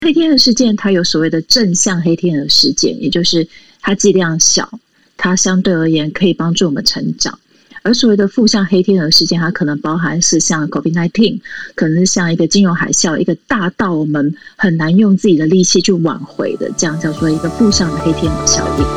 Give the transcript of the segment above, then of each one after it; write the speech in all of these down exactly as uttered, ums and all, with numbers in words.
黑天鹅事件它有所谓的正向黑天鹅事件，也就是它剂量小，它相对而言可以帮助我们成长。而所谓的负向黑天鹅事件，它可能包含是像 COVID 十九， 可能是像一个金融海啸，一个大到我们很难用自己的力气去挽回的，这样叫做一个负向的黑天鹅效应。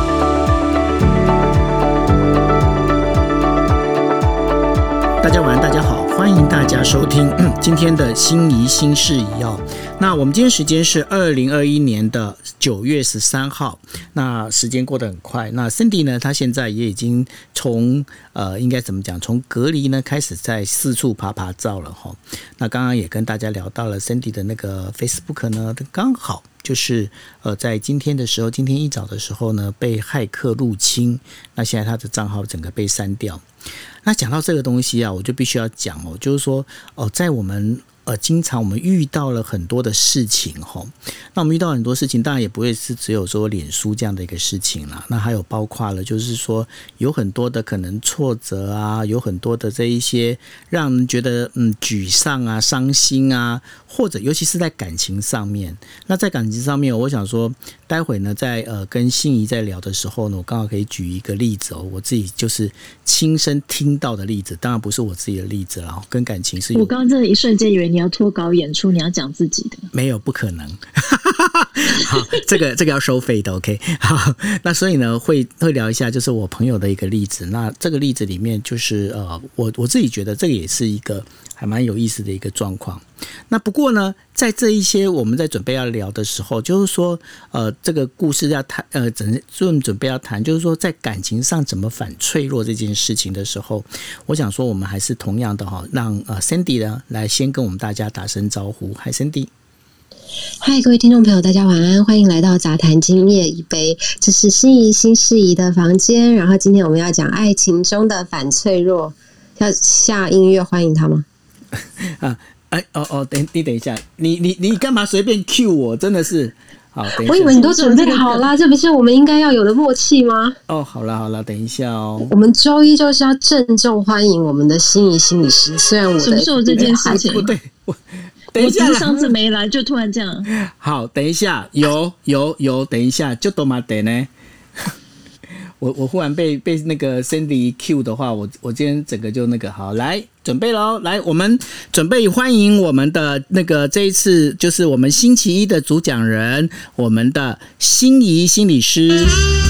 大家晚安，大家好，欢迎大家收听、嗯、今天的心仪新事宜哦。那我们今天时间是二零二一年的九月十三号，那时间过得很快。那 Cindy 呢，她现在也已经从呃，应该怎么讲，从隔离呢开始在四处爬爬照了哈。那刚刚也跟大家聊到了 Cindy 的那个 Facebook 呢，刚好就是呃，在今天的时候，今天一早的时候呢，被骇客入侵，那现在他的账号整个被删掉。那讲到这个东西啊，我就必须要讲哦，就是说哦，在我们呃，经常我们遇到了很多的事情齁，那我们遇到很多事情，当然也不会是只有说脸书这样的一个事情啦，那还有包括了就是说有很多的可能挫折啊，有很多的这一些让人觉得嗯沮丧啊、伤心啊，或者尤其是在感情上面。那在感情上面，我想说，待会呢，在呃跟心仪在聊的时候呢，我刚好可以举一个例子哦，我自己就是亲身听到的例子，当然不是我自己的例子啦，跟感情是有。 我刚刚真的一瞬间以为你要脱稿演出，你要讲自己的， 没有，不可能。好，这个这个要收费的 ，OK。好，那所以呢，会会聊一下，就是我朋友的一个例子。那这个例子里面，就是呃，我我自己觉得这个也是一个还蛮有意思的一个状况。那不过呢，在这一些我们在准备要聊的时候，就是说，呃，这个故事要谈，呃，准准备要谈，就是说，在感情上怎么反脆弱这件事情的时候，我想说，我们还是同样的哈，让呃 Cindy 呢来先跟我们大家打声招呼。嗨 ，Cindy。 嗨，各位听众朋友，大家晚安，欢迎来到杂谈今夜一杯，这是心仪新事宜的房间。然后今天我们要讲爱情中的反脆弱，要下音乐欢迎他吗？ 啊。哎哦哦，等你等一下，你你你干嘛随便 cue 我？真的是好，等一下， 我以为你都准备好啦，这不是我们应该要有的默契吗？ 哦，好啦好啦，等一下哦。 我们周一就是要郑重欢迎我们的心仪心理师，虽然我的什么时候这件事情？ 不对，我等一下， 我上次没来就突然这样。 好，等一下，有有有，等一下，就多嘛等呢？我我忽然被被那个 Cindy Q 的话，我我今天整个就那个好来准备咯，来我们准备欢迎我们的那个这一次就是我们星期一的主讲人，我们的心仪心理师。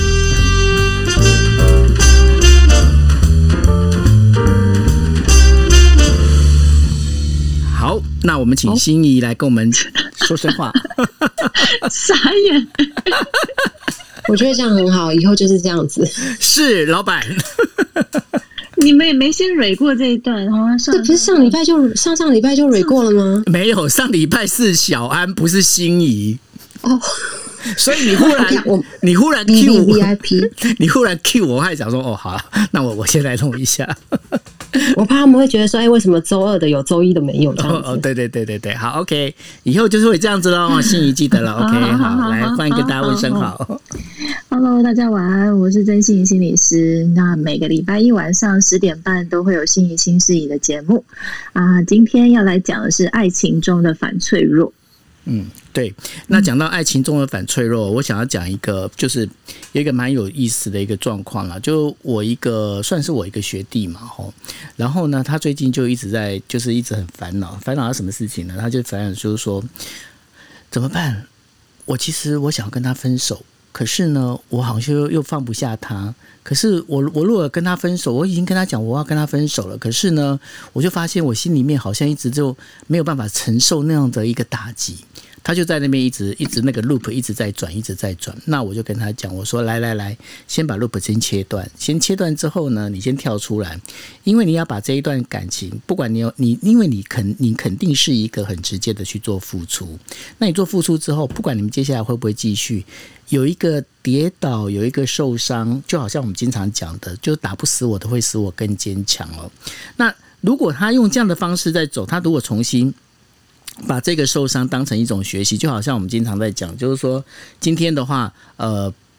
好，那我们请心仪来跟我们说声话。 傻眼。 我觉得这样很好，以后就是这样子。 是老板。 你们也没先蕊过这一段啊？ 这不是上礼拜就上上礼拜就蕊过了吗？ 没有，上礼拜是小安，不是心仪。哦，所以你忽然、okay, 你忽然 Q 我 V I P， 你忽然 Q 我，我还想说哦，好，那我我先来弄一下。 我怕他们会觉得说，哎、欸，为什么周二的有，周一的没有？这样子。 哦，对对对对对，好 ，OK， 以后就是会这样子喽。心仪记得了 ，OK， 好，好来欢迎跟大家问声好。 Hello， 大家晚安，我是真心仪心理师。那每个礼拜一晚上十点半都会有心仪新事宜的节目啊。今天要来讲的是爱情中的反脆弱。 嗯，对。那讲到爱情中的反脆弱，我想要讲一个，就是有一个蛮有意思的一个状况啦。就我一个算是我一个学弟嘛，吼，然后呢，他最近就一直在，就是一直很烦恼，烦恼他什么事情呢？他就烦恼就是说，怎么办？我其实我想要跟他分手，可是呢，我好像又又放不下他。可是我我如果跟他分手，我已经跟他讲我要跟他分手了，可是呢，我就发现我心里面好像一直就没有办法承受那样的一个打击。他就在那边一直一直那个 loop 一直在转，一直在转。那我就跟他讲，我说来来来，先把 loop 先切断，先切断之后呢，你先跳出来，因为你要把这一段感情，不管你有你，因为你肯你肯定是一个很直接的去做付出。那你做付出之后，不管你们接下来会不会继续，有一个跌倒，有一个受伤，就好像我们经常讲的，就打不死我的，会使我更坚强了。那如果他用这样的方式在走，他如果重新把这个受伤当成一种学习，就好像我们经常在讲，就是说今天的话，呃，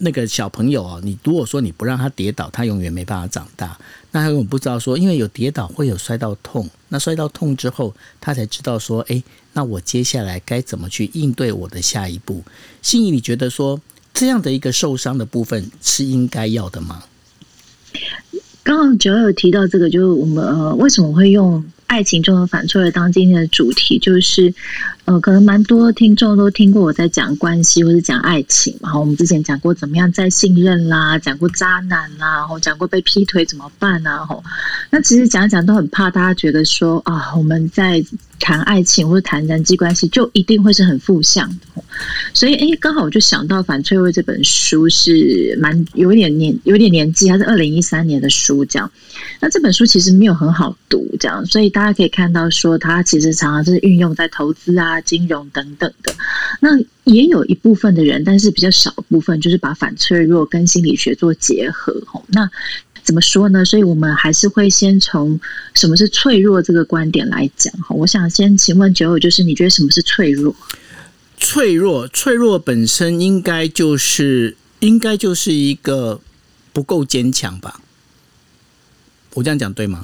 那个小朋友哦，你如果说你不让他跌倒，他永远没办法长大。那他根本不知道说，因为有跌倒会有摔到痛，那摔到痛之后，他才知道说，哎，那我接下来该怎么去应对我的下一步。心怡，你觉得说这样的一个受伤的部分是应该要的吗？ 刚刚九有提到这个，就是我们呃为什么会用爱情中的反脆弱当今天的主题，就是呃可能蛮多听众都听过我在讲关系或者讲爱情嘛，我们之前讲过怎么样再信任啦，讲过渣男啦，讲过被劈腿怎么办啊，那其实讲讲都很怕大家觉得说啊我们在谈爱情或者谈人际关系就一定会是很负向的，所以哎，刚好我就想到《反脆弱》这本书是蛮有点年有点年纪，它是二零一三年的书，这样。那这本书其实没有很好读，这样，所以大家可以看到说，它其实常常是运用在投资啊、金融等等的。那也有一部分的人，但是比较少部分，就是把反脆弱跟心理学做结合。那怎么说呢？所以我们还是会先从什么是脆弱这个观点来讲。我想先请问九友，就是你觉得什么是脆弱？ 脆弱，脆弱本身应该就是应该就是一个不够坚强吧？我这样讲对吗？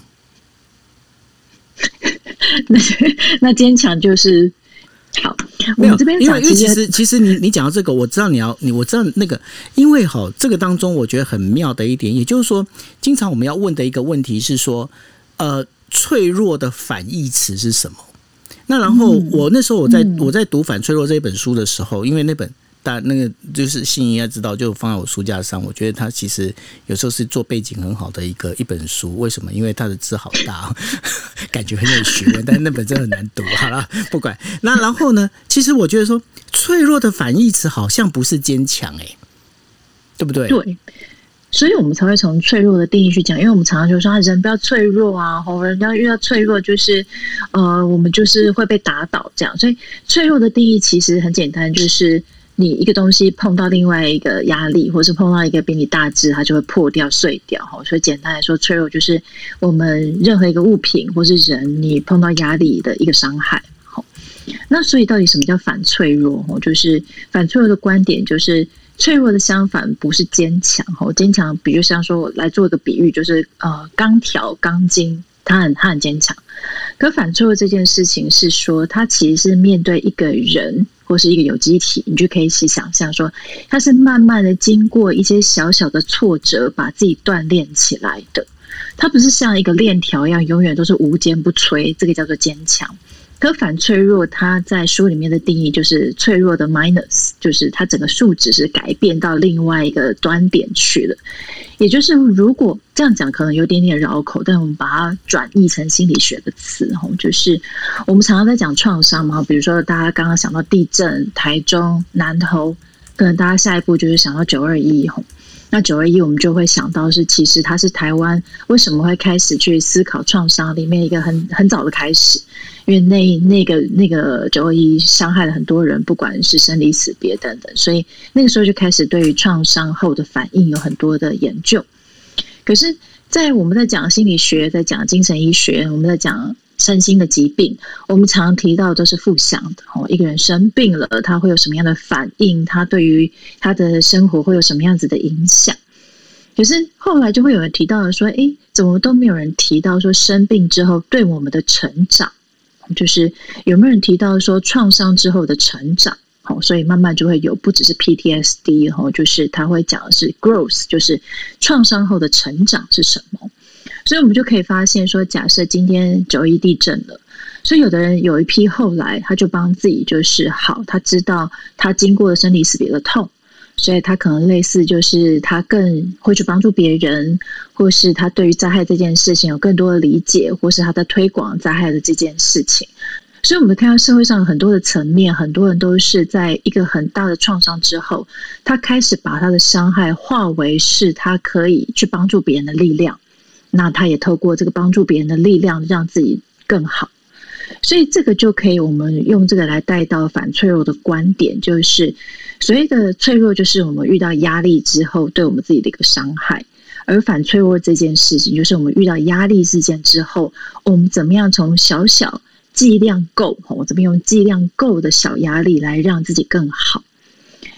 那那坚强就是好。我们这边因为因为其实其实你你讲到这个，我知道你要你我知道那个，因为哈这个当中我觉得很妙的一点，也就是说，经常我们要问的一个问题是说，呃，脆弱的反义词是什么？那然后我那时候我在、嗯、我在读《反脆弱》这本书的时候，因为那本大那个就是信应该知道，就放在我书架上。我觉得它其实有时候是做背景很好的一个一本书。为什么？因为它的字好大，感觉很有学问，但是那本真的很难读。好了，不管。那然后呢？其实我觉得说，脆弱的反义词好像不是坚强，哎，对不对？ 对。所以我们才会从脆弱的定义去讲，因为我们常常就说人不要脆弱啊，人要遇到脆弱就是呃，我们就是会被打倒这样。所以脆弱的定义其实很简单，就是你一个东西碰到另外一个压力，或是碰到一个比你大只，它就会破掉碎掉。所以简单来说，脆弱就是我们任何一个物品或是人，你碰到压力的一个伤害。那所以到底什么叫反脆弱？就是反脆弱的观点就是脆弱的相反不是坚强，坚强比如像说来做一个比喻，就是呃钢条钢筋，它很它很坚强。可反脆弱这件事情是说，它其实是面对一个人或是一个有机体，你就可以去想象说，它是慢慢的经过一些小小的挫折，把自己锻炼起来的。它不是像一个链条一样，永远都是无坚不摧，这个叫做坚强。可反脆弱，它在书里面的定义就是脆弱的 minus， 就是它整个数值是改变到另外一个端点去了。也就是如果这样讲可能有点点绕口，但我们把它转译成心理学的词，就是我们常常在讲创伤嘛，比如说大家刚刚想到地震、台中、南投，可能大家下一步就是想到九二一。那九二一我们就会想到是，其实它是台湾为什么会开始去思考创伤里面一个很很早的开始，因为那那个那个九二一伤害了很多人，不管是生离死别等等，所以那个时候就开始对于创伤后的反应有很多的研究。可是，在我们在讲心理学，在讲精神医学，我们在讲身心的疾病，我们常提到都是负向的。一个人生病了，他会有什么样的反应？他对于他的生活会有什么样子的影响？可是后来就会有人提到说，哎，怎么都没有人提到说生病之后对我们的成长，就是有没有人提到说创伤之后的成长？所以慢慢就会有不只是 P T S D， 就是他会讲的是 growth， 就是创伤后的成长是什么。所以我们就可以发现说，假设今天九一地震了，所以有的人有一批后来他就帮自己就是好，他知道他经过了生离死别的痛，所以他可能类似就是他更会去帮助别人，或是他对于灾害这件事情有更多的理解，或是他在推广灾害的这件事情。所以我们看到社会上有很多的层面，很多人都是在一个很大的创伤之后，他开始把他的伤害化为是他可以去帮助别人的力量，那他也透过这个帮助别人的力量让自己更好。所以这个就可以我们用这个来带到反脆弱的观点，就是所谓的脆弱就是我们遇到压力之后对我们自己的一个伤害，而反脆弱这件事情就是我们遇到压力事件之后，我们怎么样从小小剂量够，我这边用剂量够的小压力来让自己更好。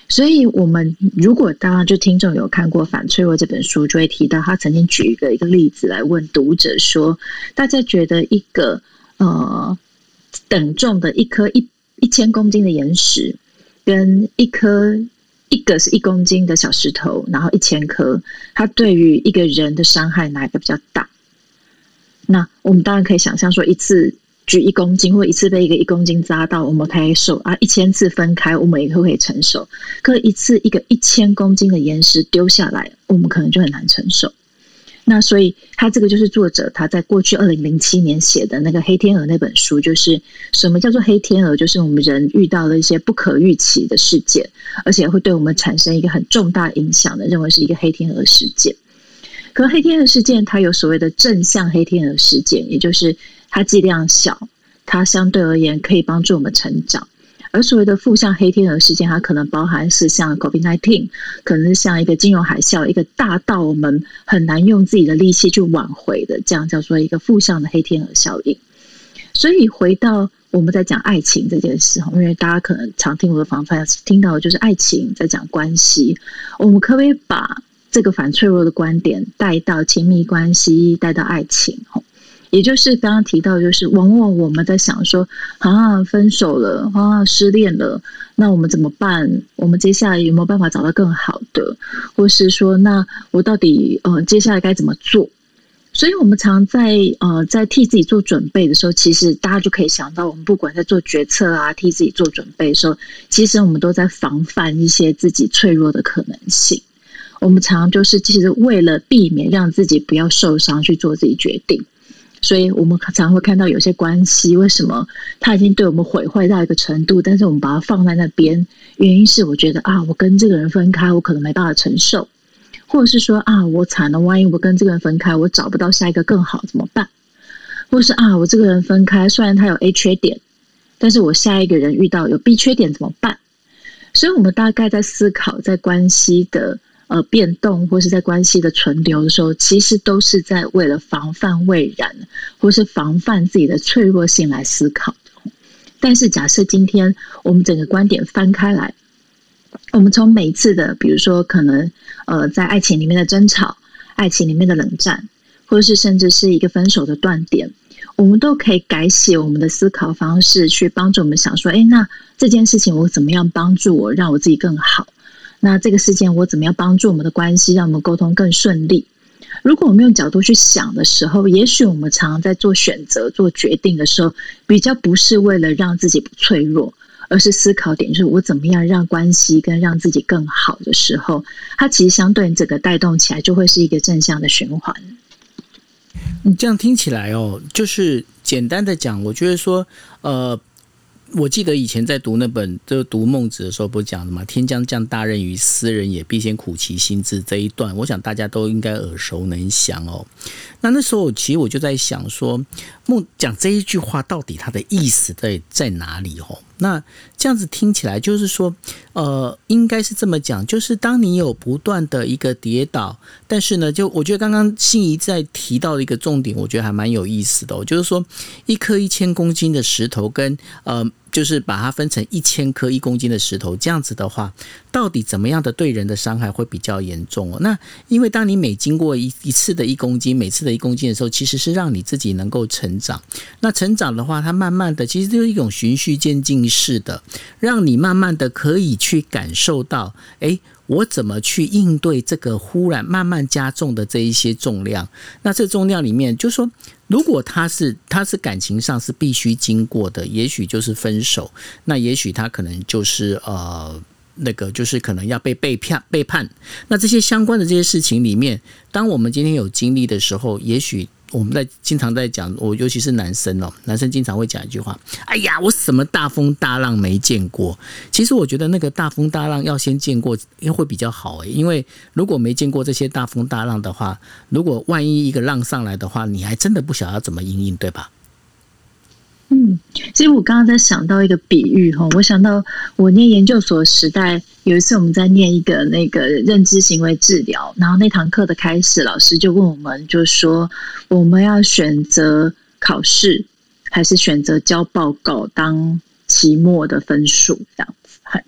所以我们如果当然就听众有看过《反脆弱》这本书，就会提到他曾经举一个一个例子来问读者说，大家觉得一个呃等重的一颗一一千公斤的岩石，跟一颗一个是一公斤的小石头，然后一千颗，它对于一个人的伤害哪一个比较大？那我们当然可以想象说，一次举一公斤，或一次被一个一公斤扎到，我们可以受啊；一千次分开，我们也可以承受。可一次一个一千公斤的岩石丢下来，我们可能就很难承受。那所以他这个就是作者他在过去二零零七年写的那个黑天鹅那本书，就是什么叫做黑天鹅，就是我们人遇到了一些不可预期的事件，而且会对我们产生一个很重大影响的，认为是一个黑天鹅事件。可黑天鹅事件它有所谓的正向黑天鹅事件，也就是它剂量小，它相对而言可以帮助我们成长。而所谓的负向黑天鹅事件，它可能包含是像 COVID 十九， 可能是像一个金融海啸，一个大到我们很难用自己的力气去挽回的，这样叫做一个负向的黑天鹅效应。所以回到我们在讲爱情这件事，因为大家可能常听我的访谈听到的就是爱情，在讲关系，我们可不可以把这个反脆弱的观点带到亲密关系，带到爱情？也就是刚刚提到，就是往往我们在想说啊，分手了啊，失恋了，那我们怎么办？我们接下来有没有办法找到更好的？或是说，那我到底呃接下来该怎么做？所以我们常在呃在替自己做准备的时候，其实大家就可以想到，我们不管在做决策啊，替自己做准备的时候，其实我们都在防范一些自己脆弱的可能性。我们常常就是其实为了避免让自己不要受伤，去做自己决定。所以我们常会看到有些关系，为什么他已经对我们毁坏到一个程度，但是我们把它放在那边，原因是我觉得啊，我跟这个人分开，我可能没办法承受，或者是说啊，我惨了，万一我跟这个人分开，我找不到下一个更好怎么办？或是啊，我这个人分开，虽然他有 A 缺点，但是我下一个人遇到有 B 缺点怎么办？所以我们大概在思考在关系的呃，变动或是在关系的存留的时候，其实都是在为了防范未然，或是防范自己的脆弱性来思考的。但是假设今天我们整个观点翻开来，我们从每一次的，比如说可能呃，在爱情里面的争吵，爱情里面的冷战，或是甚至是一个分手的断点，我们都可以改写我们的思考方式，去帮助我们想说，哎，那这件事情我怎么样帮助我，让我自己更好？那这个事件我怎么样帮助我们的关系，让我们沟通更顺利？如果我们用角度去想的时候，也许我们常常在做选择、做决定的时候，比较不是为了让自己不脆弱，而是思考点就是我怎么样让关系跟让自己更好的时候，它其实相对整个带动起来就会是一个正向的循环。 你这样听起来哦，就是简单的讲，我觉得说，呃。我记得以前在读那本就读孟子的时候，不是讲的嘛？天将降大任于斯人也，必先苦其心志。这一段，我想大家都应该耳熟能详哦。那那时候，其实我就在想说，孟讲这一句话到底它的意思在在哪里？哦，那这样子听起来就是说，呃，应该是这么讲，就是当你有不断的一个跌倒，但是呢，就我觉得刚刚心怡在提到的一个重点，我觉得还蛮有意思的哦，就是说一颗一千公斤的石头跟呃。就是把它分成一千颗一公斤的石头，这样子的话，到底怎么样的对人的伤害会比较严重哦？那因为当你每经过一一次的一公斤，每次的一公斤的时候，其实是让你自己能够成长。那成长的话，它慢慢的其实就是一种循序渐进式的，让你慢慢的可以去感受到，哎。我怎么去应对这个忽然慢慢加重的这一些重量？那这重量里面，就是说，如果他是他是感情上是必须经过的，也许就是分手，那也许他可能就是呃那个就是可能要被背叛背叛。那这些相关的这些事情里面，当我们今天有经历的时候，也许。我们在经常在讲，我尤其是男生哦，男生经常会讲一句话：“哎呀，我什么大风大浪没见过。”其实我觉得那个大风大浪要先见过，会比较好诶，因为如果没见过这些大风大浪的话，如果万一一个浪上来的话，你还真的不晓得要怎么因应，对吧？ 嗯，其实我刚刚在想到一个比喻哈，我想到我念研究所时代，有一次我们在念一个那个认知行为治疗，然后那堂课的开始，老师就问我们，就说我们要选择考试还是选择交报告当期末的分数这样子。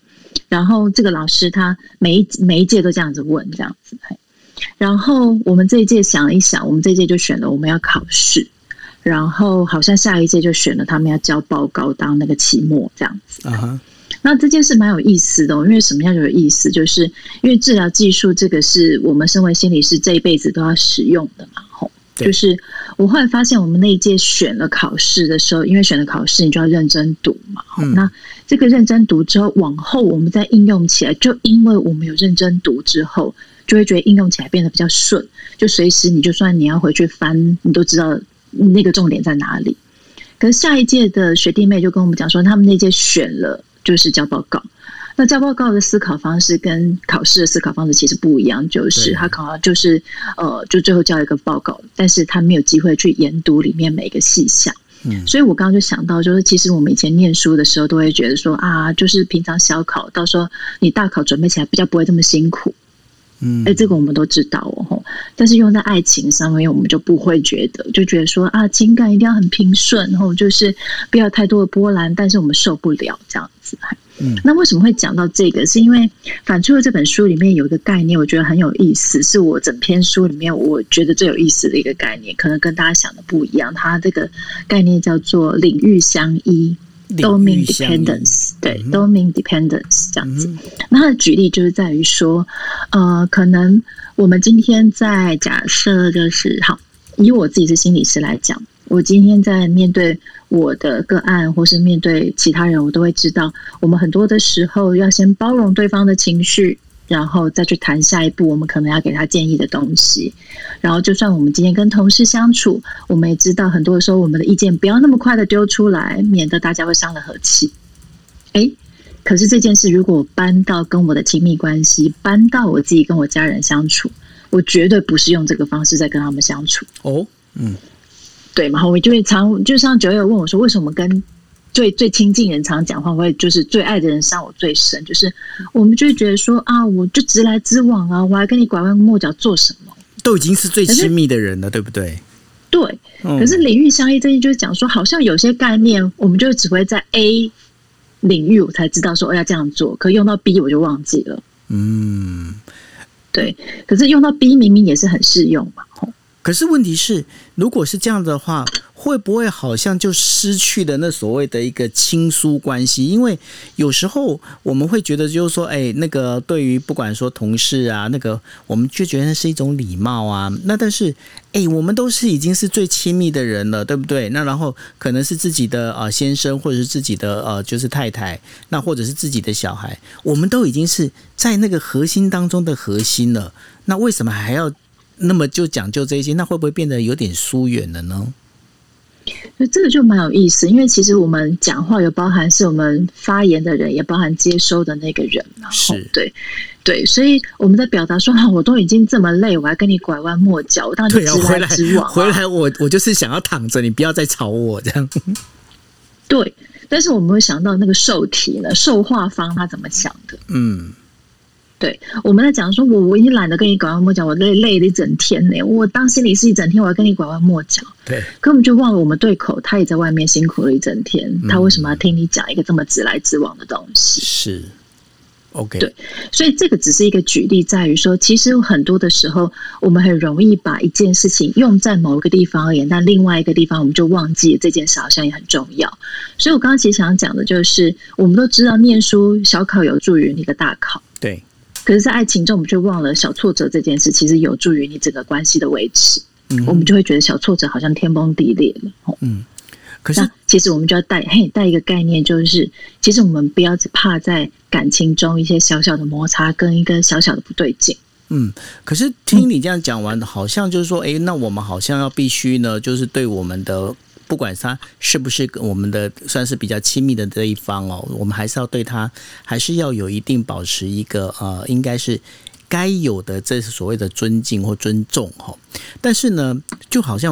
然后这个老师他每一每一届都这样子问，这样子。然后我们这一届想一想，我们这一届就选了我们要考试，然后好像下一届就选了他们要交报告当那个期末这样子。Uh-huh. 那这件事蛮有意思的、哦，因为什么样有意思？就是因为治疗技术这个是我们身为心理师这一辈子都要使用的嘛，吼。就是我后来发现，我们那一届选了考试的时候，因为选了考试，你就要认真读嘛。嗯、那这个认真读之后，往后我们再应用起来，就因为我们有认真读之后，就会觉得应用起来变得比较顺。就随时你就算你要回去翻，你都知道那个重点在哪里。可是下一届的学弟妹就跟我们讲说，他们那届选了就是交报告。那交报告的思考方式跟考试的思考方式其实不一样，就是他考就是呃，就最后交一个报告，但是他没有机会去研读里面每个细项。嗯，所以我刚刚就想到，就是其实我们以前念书的时候都会觉得说啊，就是平常小考，到时候你大考准备起来比较不会这么辛苦。嗯，哎，这个我们都知道哦，但是用在爱情上面，我们就不会觉得，就觉得说啊，情感一定要很平顺，然后就是不要太多的波澜，但是我们受不了这样子。嗯，那为什么会讲到这个？是因为《反脆弱》这本书里面有一个概念，我觉得很有意思，是我整篇书里面我觉得最有意思的一个概念，可能跟大家想的不一样。它这个概念叫做领域相依。Domain dependence， 对、嗯、，domain dependence 这样子。嗯、那它的举例就是在于说，呃，可能我们今天在假设就是好，以我自己是心理师来讲，我今天在面对我的个案，或是面对其他人，我都会知道，我们很多的时候要先包容对方的情绪。然后再去谈下一步我们可能要给他建议的东西，然后就算我们今天跟同事相处，我们也知道很多的时候我们的意见不要那么快的丢出来，免得大家会伤了和气。诶，可是这件事如果我搬到跟我的亲密关系，搬到我自己跟我家人相处，我绝对不是用这个方式在跟他们相处。哦，嗯，对嘛，我就会常就像九友问我说，为什么跟最最亲近人常讲话，会就是最爱的人伤我最深，就是我们就会觉得说啊，我就直来直往啊，我还跟你拐弯抹角做什么？ 都已经是最亲密的人了，对不对？ 对。嗯、可是领域相依这些就是讲说，好像有些概念，我们就只会在 A 领域我才知道说、哦、要这样做，可用到 B 我就忘记了。嗯，对。可是用到 B 明明也是很适用嘛。 可是问题是，如果是这样的话，会不会好像就失去了那所谓的一个亲疏关系？因为有时候我们会觉得，就是说，哎，那个对于不管说同事啊，那个我们就觉得那是一种礼貌啊。那但是，哎，我们都是已经是最亲密的人了，对不对？那然后可能是自己的呃先生，或者是自己的呃就是太太，那或者是自己的小孩，我们都已经是在那个核心当中的核心了。那为什么还要那么就讲究这些？那会不会变得有点疏远了呢？ 这个就蛮有意思，因为其实我们讲话有包含是我们发言的人，也包含接收的那个人嘛。 是， 对对，所以我们在表达说，啊，我都已经这么累，我还跟你拐弯抹角，我当然就直来直往、啊。 回来，回来我我就是想要躺着，你不要再吵我这样。 对，但是我们会想到那个受体呢，受话方他怎么想的？嗯。对，我们在讲说，我我已经懒得跟你拐弯抹角，我累累了一整天呢。我当心理师一整天，我要跟你拐弯抹角。 对， 可我们就忘了，我们对口，他也在外面辛苦了一整天，嗯、他为什么要听你讲一个这么直来直往的东西？ 是 ，OK。 对，所以这个只是一个举例，在于说，其实很多的时候，我们很容易把一件事情用在某一个地方而言，但另外一个地方我们就忘记了这件事好像也很重要。所以我刚刚其实想讲的就是，我们都知道念书小考有助于你的大考， 对。 可是，在爱情中，我们就忘了小挫折这件事，其实有助于你整个关系的维持。嗯，我们就会觉得小挫折好像天崩地裂了。嗯， 可是其实我们就要带嘿带一个概念，就是其实我们不要只怕在感情中一些小小的摩擦跟一个小小的不对劲。 嗯，可是听你这样讲完，好像就是说，哎，那我们好像要必须呢，就是对我们的。不管他是不是我们的算是比较亲密的这一方哦，我们还是要对他还是要有一定保持一个呃，应该是该有的这所谓的尊敬或尊重哈。但是呢，就好像我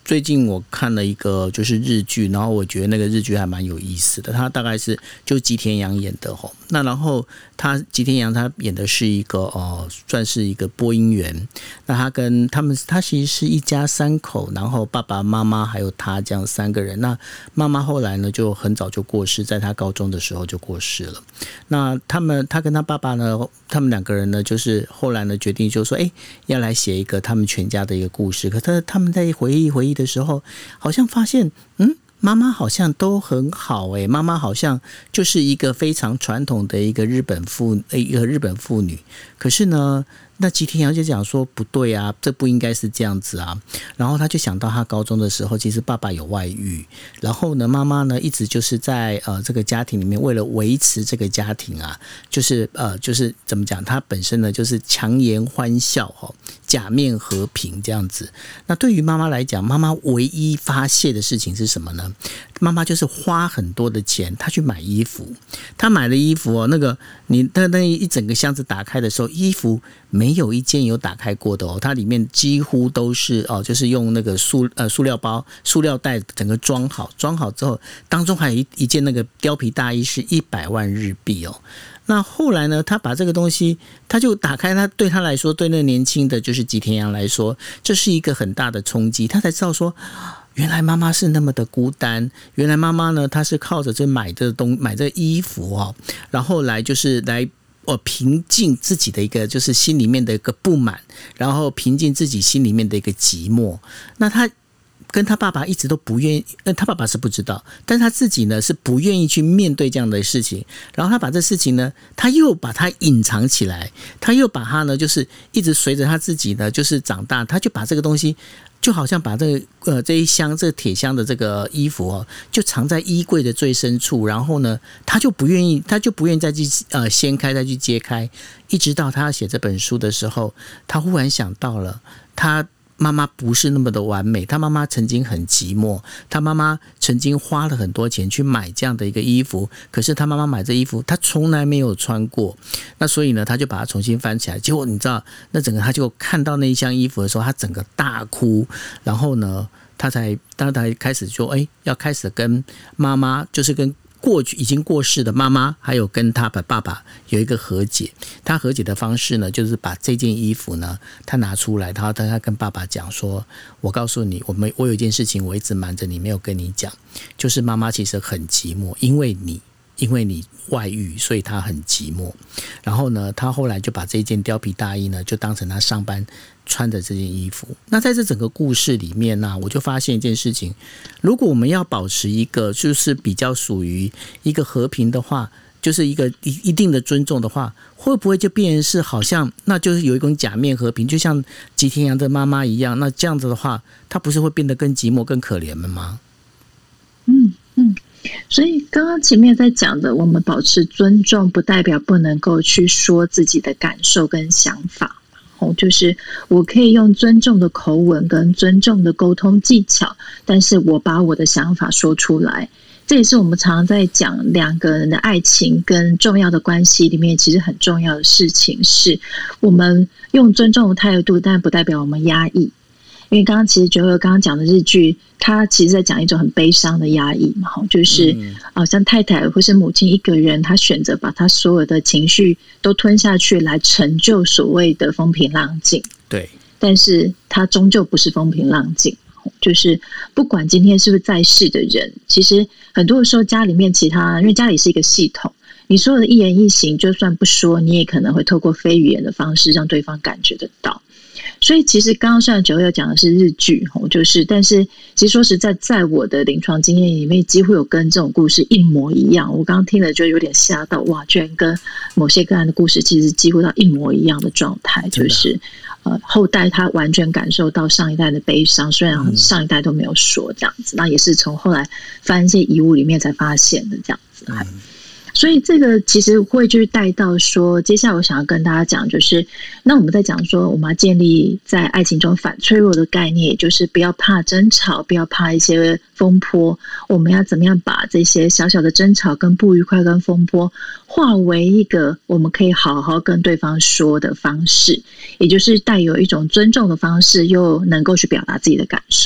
最近我看了一个就是日剧，然后我觉得那个日剧还蛮有意思的。他大概是就吉田羊演的吼，那然后他吉田羊他演的是一个哦，算是一个播音员。那他跟他们他其实是一家三口，然后爸爸妈妈还有他这样三个人。那妈妈后来呢就很早就过世，在他高中的时候就过世了。那他们他跟他爸爸呢，他们两个人呢，就是后来呢决定就说，哎，要来写一个他们全家的一个故事。可是他们在回忆回忆的时候，好像发现，嗯，妈妈好像都很好哎、欸，妈妈好像就是一个非常传统的一个日本妇一个日本妇女。可是呢，那吉田羊就讲说不对啊，这不应该是这样子啊。然后他就想到他高中的时候，其实爸爸有外遇，然后呢，妈妈呢一直就是在呃这个家庭里面，为了维持这个家庭啊，就是呃就是怎么讲，他本身呢就是强颜欢笑哦，假面和平这样子。那对于妈妈来讲，妈妈唯一发泄的事情是什么呢？妈妈就是花很多的钱，她去买衣服。她买的衣服哦，那个你那那一整个箱子打开的时候，衣服没有一件有打开过的哦，它里面几乎都是哦，就是用那个塑呃塑料包、塑料袋整个装好，装好之后，当中还有一一件那个貂皮大衣是一百万日币哦。那后来呢，他把这个东西，他就打开，他对他来说，对那个年轻的就是吉田羊来说，这是一个很大的冲击，他才知道说，原来妈妈是那么的孤单，原来妈妈呢，她是靠着这买这东买这衣服哦，然后来就是来哦平静自己的一个就是心里面的一个不满，然后平静自己心里面的一个寂寞。那他跟他爸爸一直都不愿意，他爸爸是不知道，但是他自己呢是不愿意去面对这样的事情，然后他把这事情呢，他又把它隐藏起来，他又把它呢，就是一直随着他自己呢，就是长大，他就把这个东西，就好像把这个呃这一箱这个铁箱的这个衣服哦，就藏在衣柜的最深处，然后呢，他就不愿意，他就不愿意再去呃掀开再去揭开，一直到他要写这本书的时候，他忽然想到了他。妈妈不是那么的完美，她妈妈曾经很寂寞，她妈妈曾经花了很多钱去买这样的一个衣服，可是她妈妈买这衣服，她从来没有穿过。那所以呢，她就把它重新翻起来，结果你知道，那整个她就看到那一箱衣服的时候，她整个大哭，然后呢，她才当她开始说，哎，要开始跟妈妈，就是跟过去已经过世的妈妈，还有跟他的爸爸有一个和解。他和解的方式呢，就是把这件衣服呢，他拿出来，然后他跟爸爸讲说：“我告诉你，我们我有一件事情我一直瞒着你，没有跟你讲，就是妈妈其实很寂寞，因为你。”因为你外遇，所以他很寂寞。然后呢，他后来就把这件貂皮大衣呢，就当成他上班穿的这件衣服。那在这整个故事里面呢、啊，我就发现一件事情：如果我们要保持一个就是比较属于一个和平的话，就是一个一定的尊重的话，会不会就变成是好像那就是有一种假面和平，就像吉田羊的妈妈一样？那这样子的话，他不是会变得更寂寞、更可怜了吗？ 嗯嗯。所以刚刚前面在讲的，我们保持尊重，不代表不能够去说自己的感受跟想法。哦，就是我可以用尊重的口吻跟尊重的沟通技巧，但是我把我的想法说出来。这也是我们常常在讲两个人的爱情跟重要的关系里面，其实很重要的事情是，我们用尊重的态度，但不代表我们压抑。因为刚刚其实九二刚刚讲的日剧，他其实在讲一种很悲伤的压抑嘛，就是好、呃、像太太或是母亲一个人，他选择把他所有的情绪都吞下去，来成就所谓的风平浪静。 对， 但是他终究不是风平浪静。就是不管今天是不是在世的人，其实很多的时候家里面其他，因为家里是一个系统，你所有的一言一行，就算不说，你也可能会透过非语言的方式让对方感觉得到。所以其实刚刚虽然九二讲的是日剧，就是但是其实说实在，在我的临床经验里面，几乎有跟这种故事一模一样。我刚刚听了就有点吓到，哇，居然跟某些个案的故事其实几乎到一模一样的状态，就是呃后代他完全感受到上一代的悲伤，虽然上一代都没有说这样子，那也是从后来翻一些遗物里面才发现的这样子。嗯，所以这个其实会就是带到说，接下来我想要跟大家讲，就是那我们在讲说，我们要建立在爱情中反脆弱的概念，也就是不要怕争吵，不要怕一些风波，我们要怎么样把这些小小的争吵跟不愉快跟风波化为一个我们可以好好跟对方说的方式，也就是带有一种尊重的方式，又能够去表达自己的感受。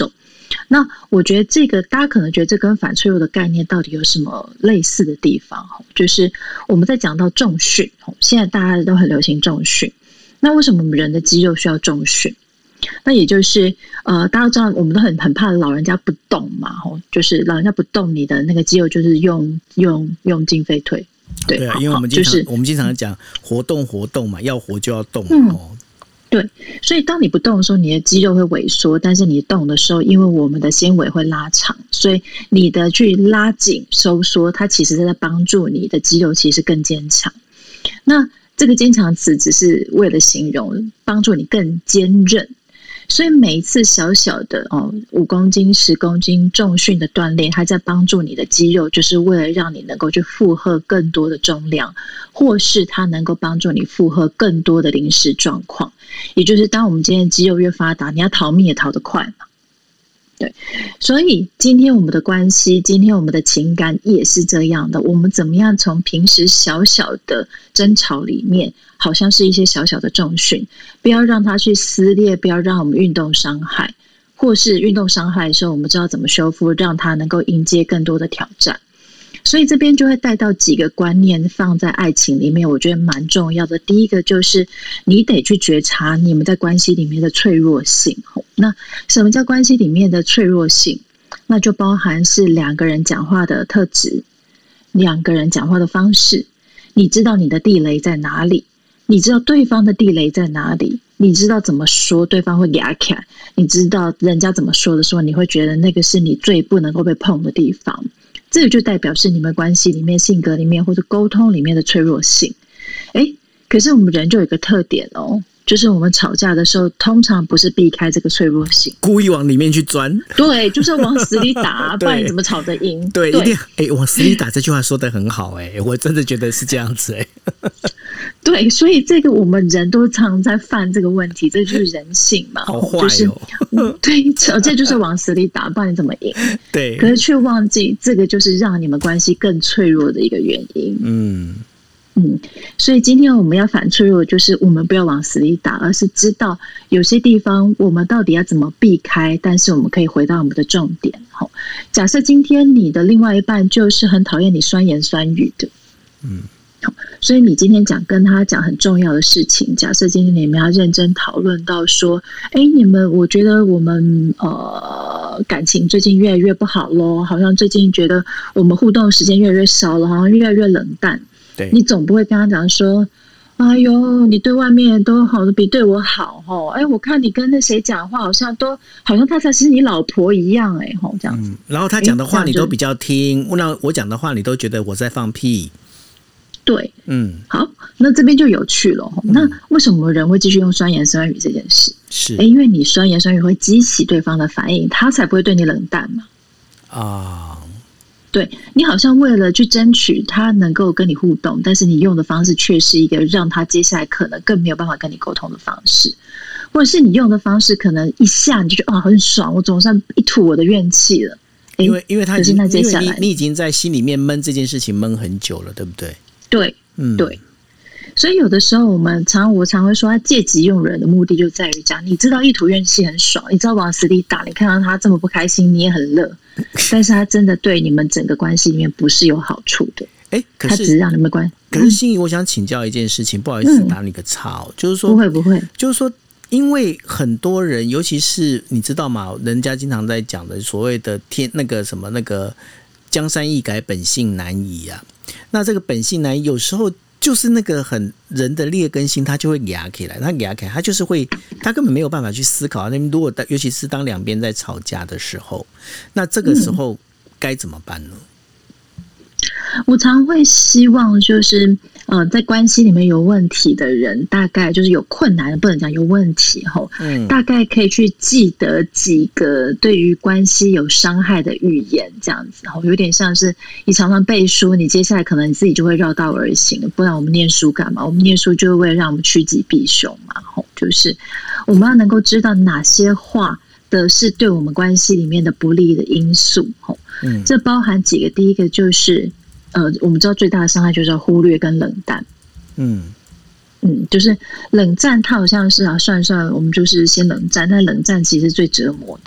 那我觉得这个大家可能觉得这跟反脆弱的概念到底有什么类似的地方？就是我们在讲到重训，现在大家都很流行重训。那为什么我们人的肌肉需要重训？那也就是呃，大家知道我们都很很怕老人家不动嘛，就是老人家不动，你的那个肌肉就是用用用进废退。对, 对啊，因为我们经常、就是、我们经常讲活动活动嘛，要活就要动、嗯哦、 对，所以当你不动的时候，你的肌肉会萎缩，但是你动的时候，因为我们的纤维会拉长，所以你的去拉紧收缩，它其实是在帮助你的肌肉其实更坚强。那这个坚强词只是为了形容帮助你更坚韧，所以每一次小小的哦五公斤、十公斤重训的锻炼，它在帮助你的肌肉，就是为了让你能够去负荷更多的重量，或是它能够帮助你负荷更多的临时状况。也就是当我们今天肌肉越发达，你要逃命也逃得快嘛。对，所以今天我们的关系，今天我们的情感也是这样的。我们怎么样从平时小小的争吵里面，好像是一些小小的重训，不要让它去撕裂，不要让我们运动伤害，或是运动伤害的时候，我们知道怎么修复，让它能够迎接更多的挑战。所以这边就会带到几个观念放在爱情里面，我觉得蛮重要的。第一个就是你得去觉察你们在关系里面的脆弱性。那什么叫关系里面的脆弱性？那就包含是两个人讲话的特质，两个人讲话的方式，你知道你的地雷在哪里，你知道对方的地雷在哪里，你知道怎么说对方会牙卡，你知道人家怎么说的时候，你会觉得那个是你最不能够被碰的地方。这个就代表是你们关系里面、性格里面或者沟通里面的脆弱性。诶，可是我们人就有一个特点哦，就是我们吵架的时候，通常不是避开这个脆弱性， 故意往里面去钻。 对，就是往死里打，不然你怎么吵得赢？ 对，一定哎，往死里打这句话说得很好哎，我真的觉得是这样子哎。 对，所以这个我们人都常在犯这个问题，这就是人性嘛。 好坏哦， 就是对，这就是往死里打，不然你怎么赢？ 对， 可是却忘记这个就是让你们关系更脆弱的一个原因。嗯。嗯，所以今天我们要反脆弱，就是我们不要往死里打，而是知道有些地方我们到底要怎么避开，但是我们可以回到我们的重点。假设今天你的另外一半就是很讨厌你酸言酸语的，嗯，所以你今天讲跟他讲很重要的事情，假设今天你们要认真讨论到说，哎，你们我觉得我们呃感情最近越来越不好咯，好像最近觉得我们互动时间越来越少了，好像越来越冷淡。你总不会跟他讲说，哎呦，你对外面都好的比对我好哦，哎，我看你跟那谁讲话，好像都好像他才是你老婆一样，哎，吼，这样子、嗯。 然后他讲的话你都比较听，那我讲的话你都觉得我在放屁。 对，嗯，好，那这边就有趣了。嗯、那为什么人会继续用酸言酸语这件事？ 是， 因为你酸言酸语会激起对方的反应，他才不会对你冷淡嘛。啊。对，你好像为了去争取他能够跟你互动，但是你用的方式却是一个让他接下来可能更没有办法跟你沟通的方式，或者是你用的方式可能一下你就觉得啊很爽，我总算一吐我的怨气了。 因为因为他已经， 那接下来你, 你已经在心里面闷这件事情闷很久了，对不对？ 对，嗯，对。所以有的时候我们常我常会说，他借机用人的目的就在于讲，你知道一吐怨气很爽，你知道往死里打，你看到他这么不开心，你也很乐。但是他真的对你们整个关系里面不是有好处的， 哎，可是他只是让你们关。 可是心怡，我想请教一件事情，不好意思打你个岔、嗯，就是说不会不会， 就是说，因为很多人，尤其是你知道吗？人家经常在讲的所谓的天那个什么那个江山易改，本性难移啊。那这个本性难移，有时候就是那个很人的劣根性，他就会压起来，他压起来，他就是会，他根本没有办法去思考。那如果尤其是当两边在吵架的时候，那这个时候该怎么办呢？ 我常会希望就是呃，在关系里面有问题的人，大概就是有困难，不能讲有问题吼、嗯，大概可以去记得几个对于关系有伤害的语言，这样子吼，有点像是你常常背书，你接下来可能你自己就会绕道而行，不然我们念书干嘛？我们念书就是为了让我们趋吉避凶嘛，吼，就是我们要能够知道哪些话的是对我们关系里面的不利的因素，吼，嗯，这包含几个，第一个就是。呃，我们知道最大的伤害就是要忽略跟冷淡，嗯嗯，就是冷战，它好像是啊，算算我们就是先冷战，但冷战其实是最折磨的，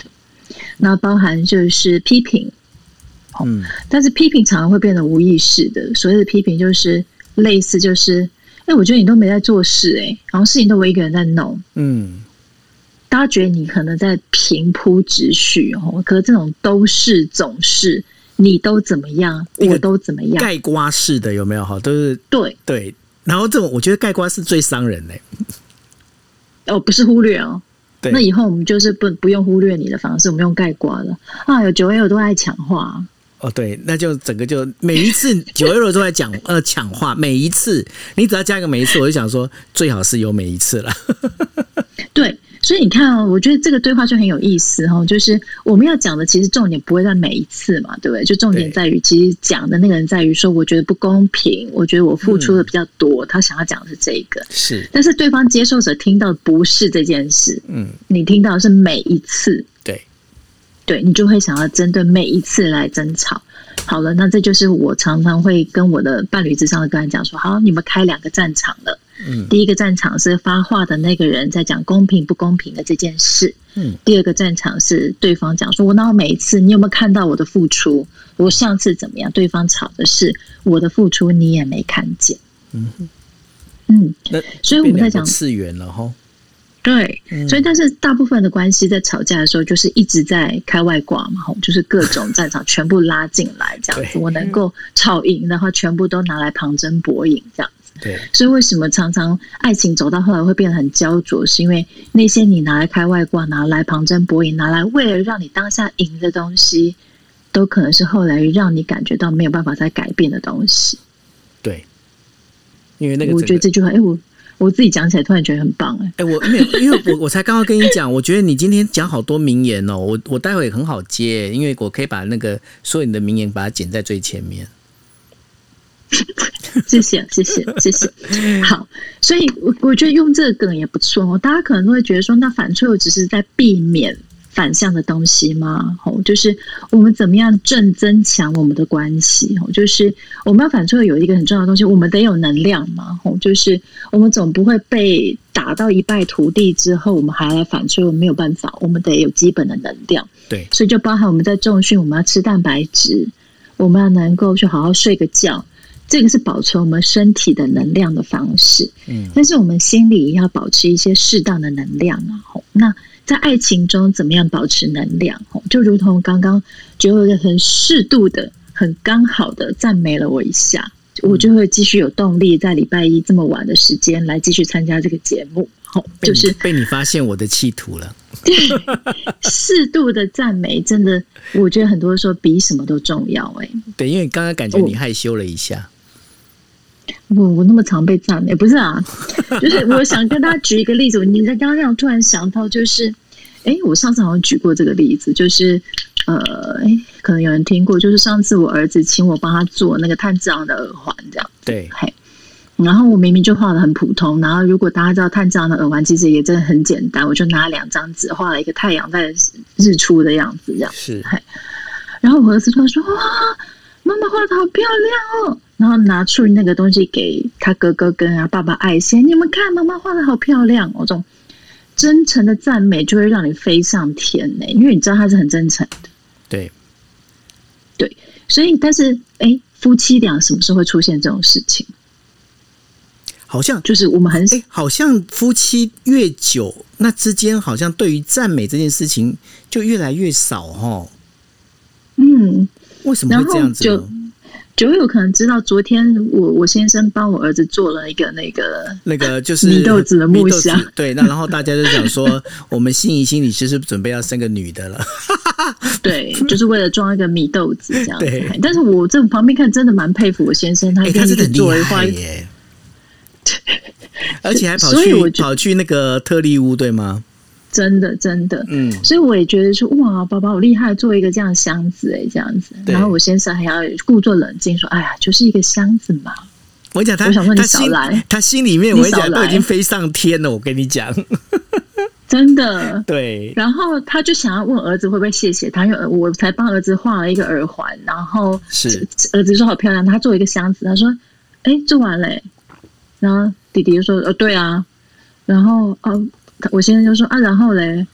那包含就是批评，嗯，但是批评常常会变得无意识的。所谓的批评就是类似就是，哎、欸，我觉得你都没在做事、欸，哎，然后事情都我一个人在弄，嗯，大家觉得你可能在平铺直叙哦，可是这种都是总是。你都怎么样，我都怎么样， 盖瓜式的有没有？哈，都是对对。然后这种我觉得盖瓜是最伤人的、 欸。哦，不是忽略哦。那以后我们就是不不用忽略你的方式，我们用盖瓜了。啊，有九 L 都爱抢话。 哦，对，那就整个就每一次九 L 都在讲呃抢话，每一次你只要加一个每一次，我就想说最好是有每一次了。 对。所以你看哦，我觉得这个对话就很有意思哦，就是我们要讲的其实重点不会在每一次嘛，对不对？就重点在于其实讲的那个人在于说，我觉得不公平，我觉得我付出的比较多，嗯、他想要讲的是这个， 是， 但是对方接受者听到的不是这件事，嗯，你听到的是每一次， 对， 对你就会想要针对每一次来争吵。好了，那这就是我常常会跟我的伴侣之上的个人讲说，好，你们开两个战场了。嗯，第一个战场是发话的那个人在讲公平不公平的这件事，嗯，第二个战场是对方讲说，我那我每一次你有没有看到我的付出？我上次怎么样？对方吵的是我的付出，你也没看见，嗯嗯，所以我们在讲次元了哈。 对，所以但是大部分的关系在吵架的时候，就是一直在开外挂嘛，就是各种战场全部拉进来这样子。我能够吵赢的话，全部都拿来旁征博引这样子。 对， 所以为什么常常爱情走到后来会变得很焦灼，是因为那些你拿来开外挂、拿来旁征博引、拿来为了让你当下赢的东西，都可能是后来让你感觉到没有办法再改变的东西。 对，因为那个我觉得这句话，哎、欸，我。我自己讲起来突然觉得很棒哎、欸！ 哎、欸，我没有，因为我我才刚刚跟你讲，我觉得你今天讲好多名言哦，我我待会很好接，因为我可以把那个所有你的名言把它剪在最前面。 谢谢谢谢谢谢。好，所以我我觉得用这个梗也不错哦。大家可能都会觉得说，那反脆弱只是在避免反向的东西吗？就是我们怎么样正增强我们的关系？就是我们要反脆弱有一个很重要的东西，我们得有能量嘛。就是我们总不会被打到一败涂地之后，我们还来反脆弱，没有办法，我们得有基本的能量。 对， 所以就包含我们在重训，我们要吃蛋白质，我们要能够去好好睡个觉。这个是保存我们身体的能量的方式，嗯，但是我们心里也要保持一些适当的能量啊。那在爱情中怎么样保持能量？就如同刚刚就有一个很适度的、很刚好的赞美了我一下，我就会继续有动力在礼拜一这么晚的时间来继续参加这个节目。就是被你发现我的企图了。 对，适度的赞美真的，我觉得很多时候比什么都重要。哎， 对，因为刚刚感觉你害羞了一下。 我我那么常被赞美，不是啊，就是我想跟大家举一个例子。你在刚刚让突然想到，就是，哎，我上次好像举过这个例子，就是呃，哎，可能有人听过，就是上次我儿子请我帮他做那个炭治郎的耳环，这样对， 嘿。然后我明明就画的很普通，然后如果大家知道炭治郎的耳环其实也真的很简单，我就拿两张纸画了一个太阳在日出的样子，这样是。 然后我儿子突然说：“哇，妈妈画的好漂亮哦！”然后拿出那个东西给他哥哥跟啊爸爸爱心，你们看，妈妈画的好漂亮哦！这种真诚的赞美就会让你飞上天呢，因为你知道他是很真诚的。 对， 对，所以但是哎，夫妻俩什么时候会出现这种事情？ 好像就是我们很哎，好像夫妻越久，那之间好像对于赞美这件事情就越来越少哦。 嗯， 为什么会这样子呢？ 九有可能知道，昨天我我先生帮我儿子做了一个那个那个就是米豆子的木箱， 对，那然后大家就讲说，我们心仪心理师是准备要生个女的了， 对，就是为了装一个米豆子这样子。 对， 但是我在旁边看，真的蛮佩服我先生，他他真的做厉害耶，而且还跑去跑去那个特利屋，对吗？ 真的，真的，嗯，所以我也觉得说，哇，爸爸好厉害，做一个这样的箱子，哎，这样子。然后我先生还要故作冷静说，哎呀，就是一个箱子嘛。 我讲他， 我想说你少来， 他心里面我讲都已经飞上天了，我跟你讲， 真的， 对。 然后他就想要问儿子会不会谢谢他，因为我才帮儿子画了一个耳环，然后是儿子说好漂亮，他做一个箱子，他说，哎，做完了，然后弟弟就说，呃，对啊，然后哦。我先生就说啊，然后嘞，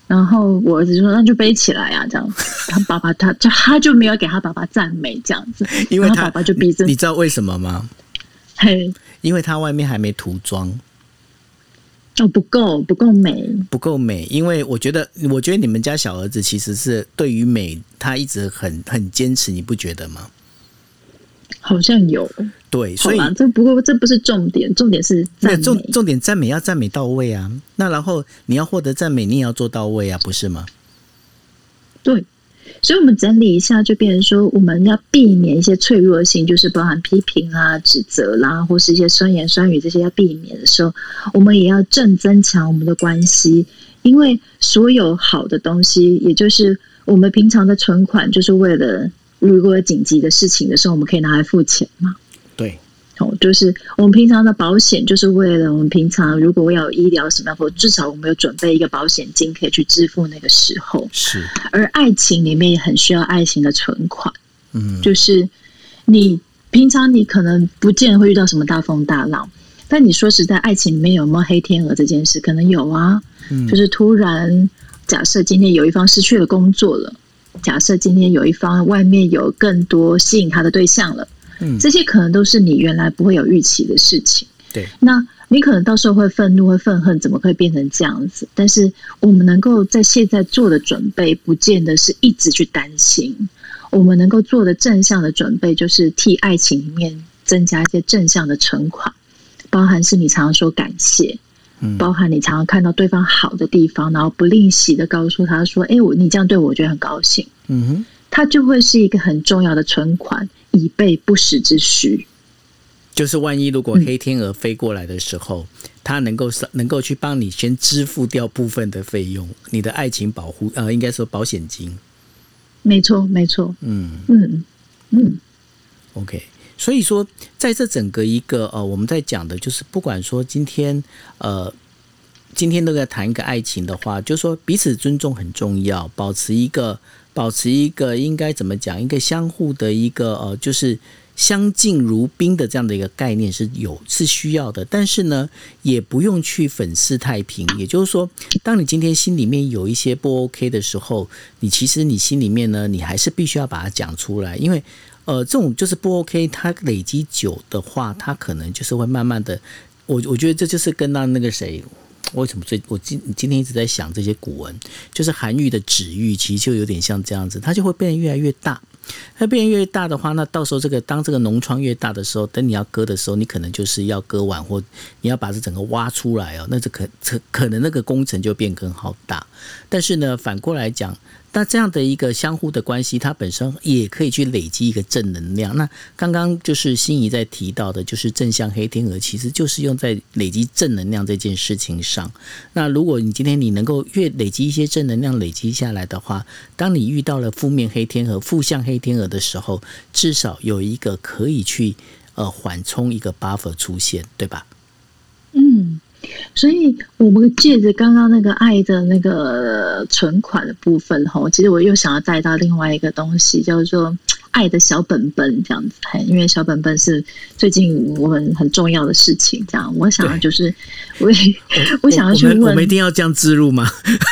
然后我儿子就说：“那就背起来啊，这样子。”他爸爸他就他就没有给他爸爸赞美这样子， 因为他爸爸就逼着你知道为什么吗？ 嘿， 因为他外面还没涂妆。 哦，不够不够美， 不够美。因为我觉得，我觉得你们家小儿子其实是对于美，他一直很很坚持，你不觉得吗？ 好像有。 对，所以这不过这不是重点，重点是赞美。 重重点赞美要赞美到位啊。那然后你要获得赞美，你也要做到位啊，不是吗？ 对，所以我们整理一下，就变成说，我们要避免一些脆弱性，就是包含批评啦、指责啦，或是一些酸言酸语这些要避免的时候，我们也要正增强我们的关系，因为所有好的东西，也就是我们平常的存款，就是为了如果有紧急的事情的时候，我们可以拿来付钱嘛。 对。 哦，就是我们平常的保险，就是为了我们平常如果要有医疗什么样，或至少我们有准备一个保险金，可以去支付那个时候。 是。而爱情里面也很需要爱情的存款，嗯，就是你平常你可能不见得会遇到什么大风大浪，但你说实在，爱情里面有没有黑天鹅这件事，可能有啊。嗯，就是突然假设今天有一方失去了工作了，假设今天有一方外面有更多吸引他的对象了。这些可能都是你原来不会有预期的事情， 对。 那你可能到时候会愤怒、会愤恨，怎么会变成这样子？但是我们能够在现在做的准备，不见得是一直去担心。我们能够做的正向的准备，就是替爱情里面增加一些正向的存款，包含是你常常说感谢，包含你常常看到对方好的地方，然后不吝惜的告诉他说：“哎，我你这样对我，我觉得很高兴。”嗯哼，它就会是一个很重要的存款。以备不时之需， 就是万一如果黑天鹅飞过来的时候，嗯、它能够能够去帮你先支付掉部分的费用，你的爱情保护呃，应该说保险金。 没错，没错。嗯嗯嗯。OK， 所以说在这整个一个呃，我们在讲的就是，不管说今天呃，今天都在谈一个爱情的话，就是说彼此尊重很重要，保持一个。保持一个应该怎么讲？一个相互的一个呃，就是相敬如宾的这样的一个概念是有是需要的，但是呢，也不用去粉饰太平。也就是说，当你今天心里面有一些不 OK 的时候，你其实你心里面呢，你还是必须要把它讲出来，因为呃，这种就是不 OK， 它累积久的话，它可能就是会慢慢的。我我觉得这就是跟到那个谁。为什么最我今今天一直在想这些古文，就是韩愈的止喻，其实就有点像这样子，它就会变得越来越大。它变得越大的话，那到时候这个当这个脓疮越大的时候，等你要割的时候，你可能就是要割完，或你要把这整个挖出来哦，那这可可能那个工程就变更好大。但是呢，反过来讲。那这样的一个相互的关系，它本身也可以去累积一个正能量。那刚刚就是心怡在提到的，就是正向黑天鹅，其实就是用在累积正能量这件事情上。那如果你今天你能够越累积一些正能量累积下来的话，当你遇到了负面黑天鹅、负向黑天鹅的时候，至少有一个可以去呃缓冲一个 buffer 出现，对吧？ 嗯。所以我们借着刚刚那个爱的那个存款的部分吼，其实我又想要带到另外一个东西，叫做爱的小本本这样子。因为小本本是最近我们很重要的事情，这样我想要就是我我想要去问， 我们我们一定要这样置入吗？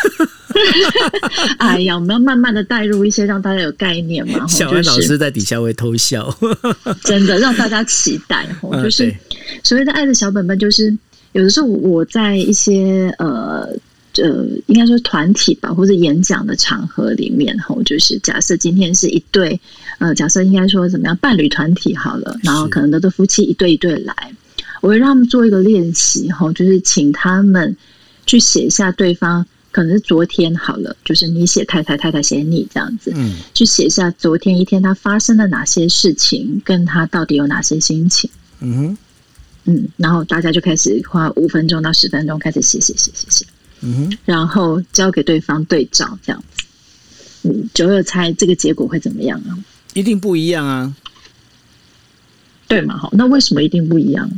哎呀，我们要慢慢的带入一些让大家有概念嘛。 小安老师在底下会偷笑， 真的让大家期待。就是所谓的爱的小本本，就是有的时候我在一些呃呃，应该说团体吧，或者演讲的场合里面，吼，就是假设今天是一对呃，假设应该说怎么样伴侣团体好了，然后可能都是夫妻一对一对来，我会让他们做一个练习，吼，就是请他们去写下对方。可能是昨天好了，就是你写太太，太太写你这样子，嗯，去写下昨天一天他发生了哪些事情，跟他到底有哪些心情，嗯哼，嗯，然后大家就开始花五分钟到十分钟开始写写写写写，嗯哼，然后交给对方对照这样子，嗯，九二猜这个结果会怎么样啊？ 一定不一样啊， 对嘛？好，那为什么一定不一样？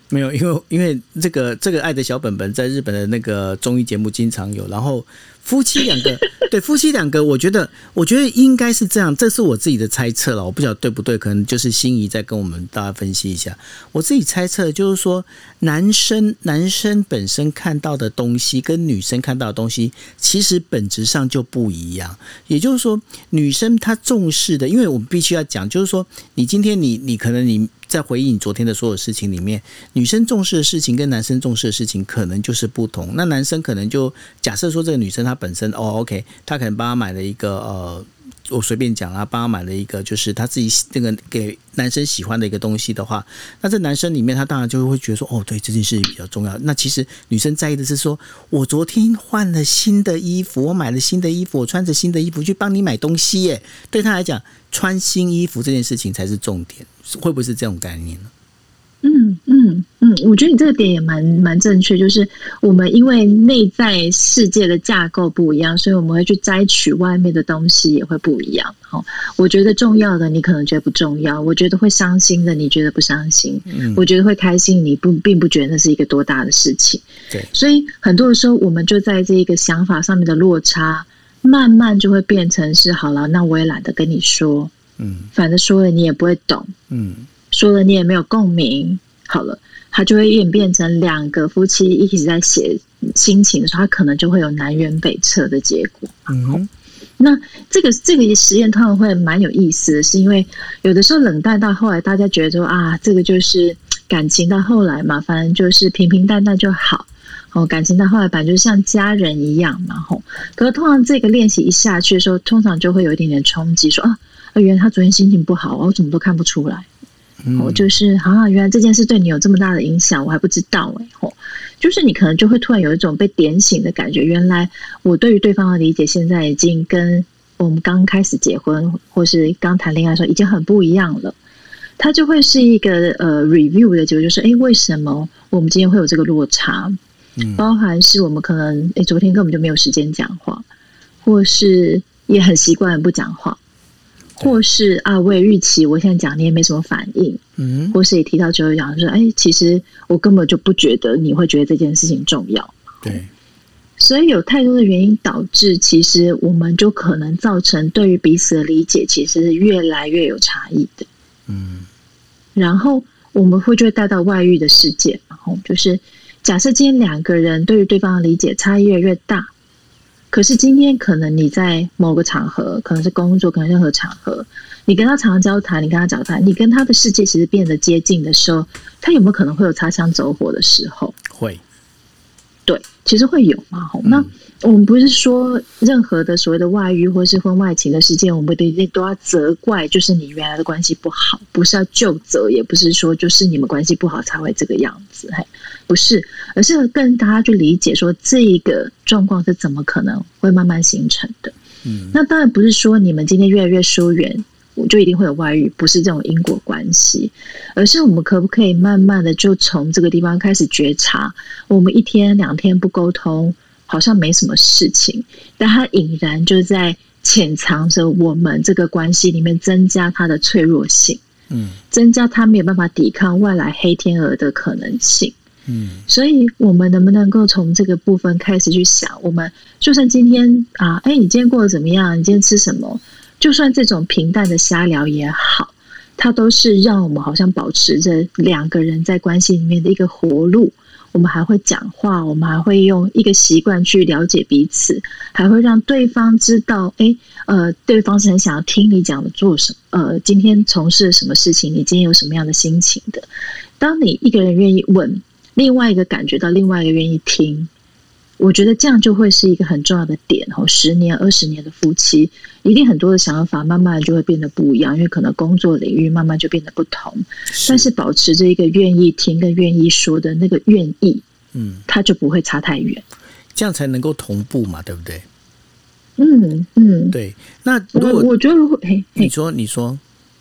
没有，因为因为这个这个爱的小本本在日本的那个综艺节目经常有，然后夫妻两个对夫妻两个，我觉得我觉得应该是这样，这是我自己的猜测了，我不晓得对不对，可能就是心怡再跟我们大家分析一下。我自己猜测就是说，男生男生本身看到的东西跟女生看到的东西，其实本质上就不一样。也就是说，女生她重视的，因为我们必须要讲，就是说，你今天你你可能你。在回忆你昨天的所有事情里面，女生重视的事情跟男生重视的事情可能就是不同。那男生可能就假设说这个女生她本身哦 OK， 她可能帮她买了一个呃，我随便讲啦，帮她买了一个就是她自己那个给男生喜欢的一个东西的话，那这男生里面他当然就会觉得说哦，对这件事情比较重要。那其实女生在意的是说，我昨天换了新的衣服，我买了新的衣服，我穿着新的衣服去帮你买东西耶。对他来讲，穿新衣服这件事情才是重点。会不会是这种概念呢？ 嗯嗯嗯，我觉得你这个点也蛮蛮正确，就是我们因为内在世界的架构不一样，所以我们会去摘取外面的东西也会不一样。哦，我觉得重要的你可能觉得不重要，我觉得会伤心的你觉得不伤心，嗯、我觉得会开心你不并不觉得那是一个多大的事情。 对， 所以很多的时候我们就在这个想法上面的落差，慢慢就会变成是好了，那我也懒得跟你说。嗯，反正说了你也不会懂，嗯，说了你也没有共鸣，好了，他就会演变成两个夫妻一直在写心情的时候，他可能就会有南辕北辙的结果。嗯，那这个这个实验通常会蛮有意思的，是因为有的时候冷淡到后来，大家觉得说啊，这个就是感情到后来嘛，反正就是平平淡淡就好。哦，感情到后来本来就像家人一样嘛，吼。可是通常这个练习一下去的时候，通常就会有一点点冲击，说啊。原来他昨天心情不好，我怎么都看不出来。嗯、我就是啊，原来这件事对你有这么大的影响，我还不知道哎、欸。就是你可能就会突然有一种被点醒的感觉，原来我对于对方的理解现在已经跟我们刚开始结婚或是刚谈恋爱的时候已经很不一样了。它就会是一个呃 review 的结果，就是哎，为什么我们今天会有这个落差？嗯、包含是我们可能哎昨天根本就没有时间讲话，或是也很习惯不讲话。或是啊，我也预期我现在讲你也没什么反应，嗯，或是也提到就讲说，哎，其实我根本就不觉得你会觉得这件事情重要， 对， 所以有太多的原因导致，其实我们就可能造成对于彼此的理解其实是越来越有差异的，嗯，然后我们会就会带到外遇的世界，然后就是假设今天两个人对于对方的理解差异越来越大。可是今天可能你在某个场合，可能是工作，可能任何场合，你跟他常常交谈，你跟他交谈，你跟他的世界其实变得接近的时候，他有没有可能会有擦枪走火的时候？ 会， 对，其实会有嘛。嗯、那我们不是说任何的所谓的外遇或是婚外情的事件，我们都要责怪，就是你原来的关系不好，不是要究责，也不是说就是你们关系不好才会这个样子，嘿。不是，而是跟大家去理解说这个状况是怎么可能会慢慢形成的。嗯，那当然不是说你们今天越来越疏远，我就一定会有外遇，不是这种因果关系，而是我们可不可以慢慢的就从这个地方开始觉察，我们一天两天不沟通，好像没什么事情，但它隐然就在潜藏着我们这个关系里面增加它的脆弱性，嗯，增加它没有办法抵抗外来黑天鹅的可能性。嗯，所以我们能不能够从这个部分开始去想，我们就算今天啊，哎，你今天过得怎么样？你今天吃什么？就算这种平淡的瞎聊也好，它都是让我们好像保持着两个人在关系里面的一个活路。我们还会讲话，我们还会用一个习惯去了解彼此，还会让对方知道，哎，呃，对方是很想要听你讲的做什么，呃，今天从事了什么事情，你今天有什么样的心情的。当你一个人愿意问，另外一个感觉到，另外一个愿意听，我觉得这样就会是一个很重要的点。十年、二十年的夫妻，一定很多的想法慢慢就会变得不一样，因为可能工作领域慢慢就变得不同。但是保持着一个愿意听跟愿意说的那个愿意，嗯，它就不会差太远， 这样才能够同步嘛，对不对？ 嗯嗯， 对。那如果我我觉得会， 你说你说。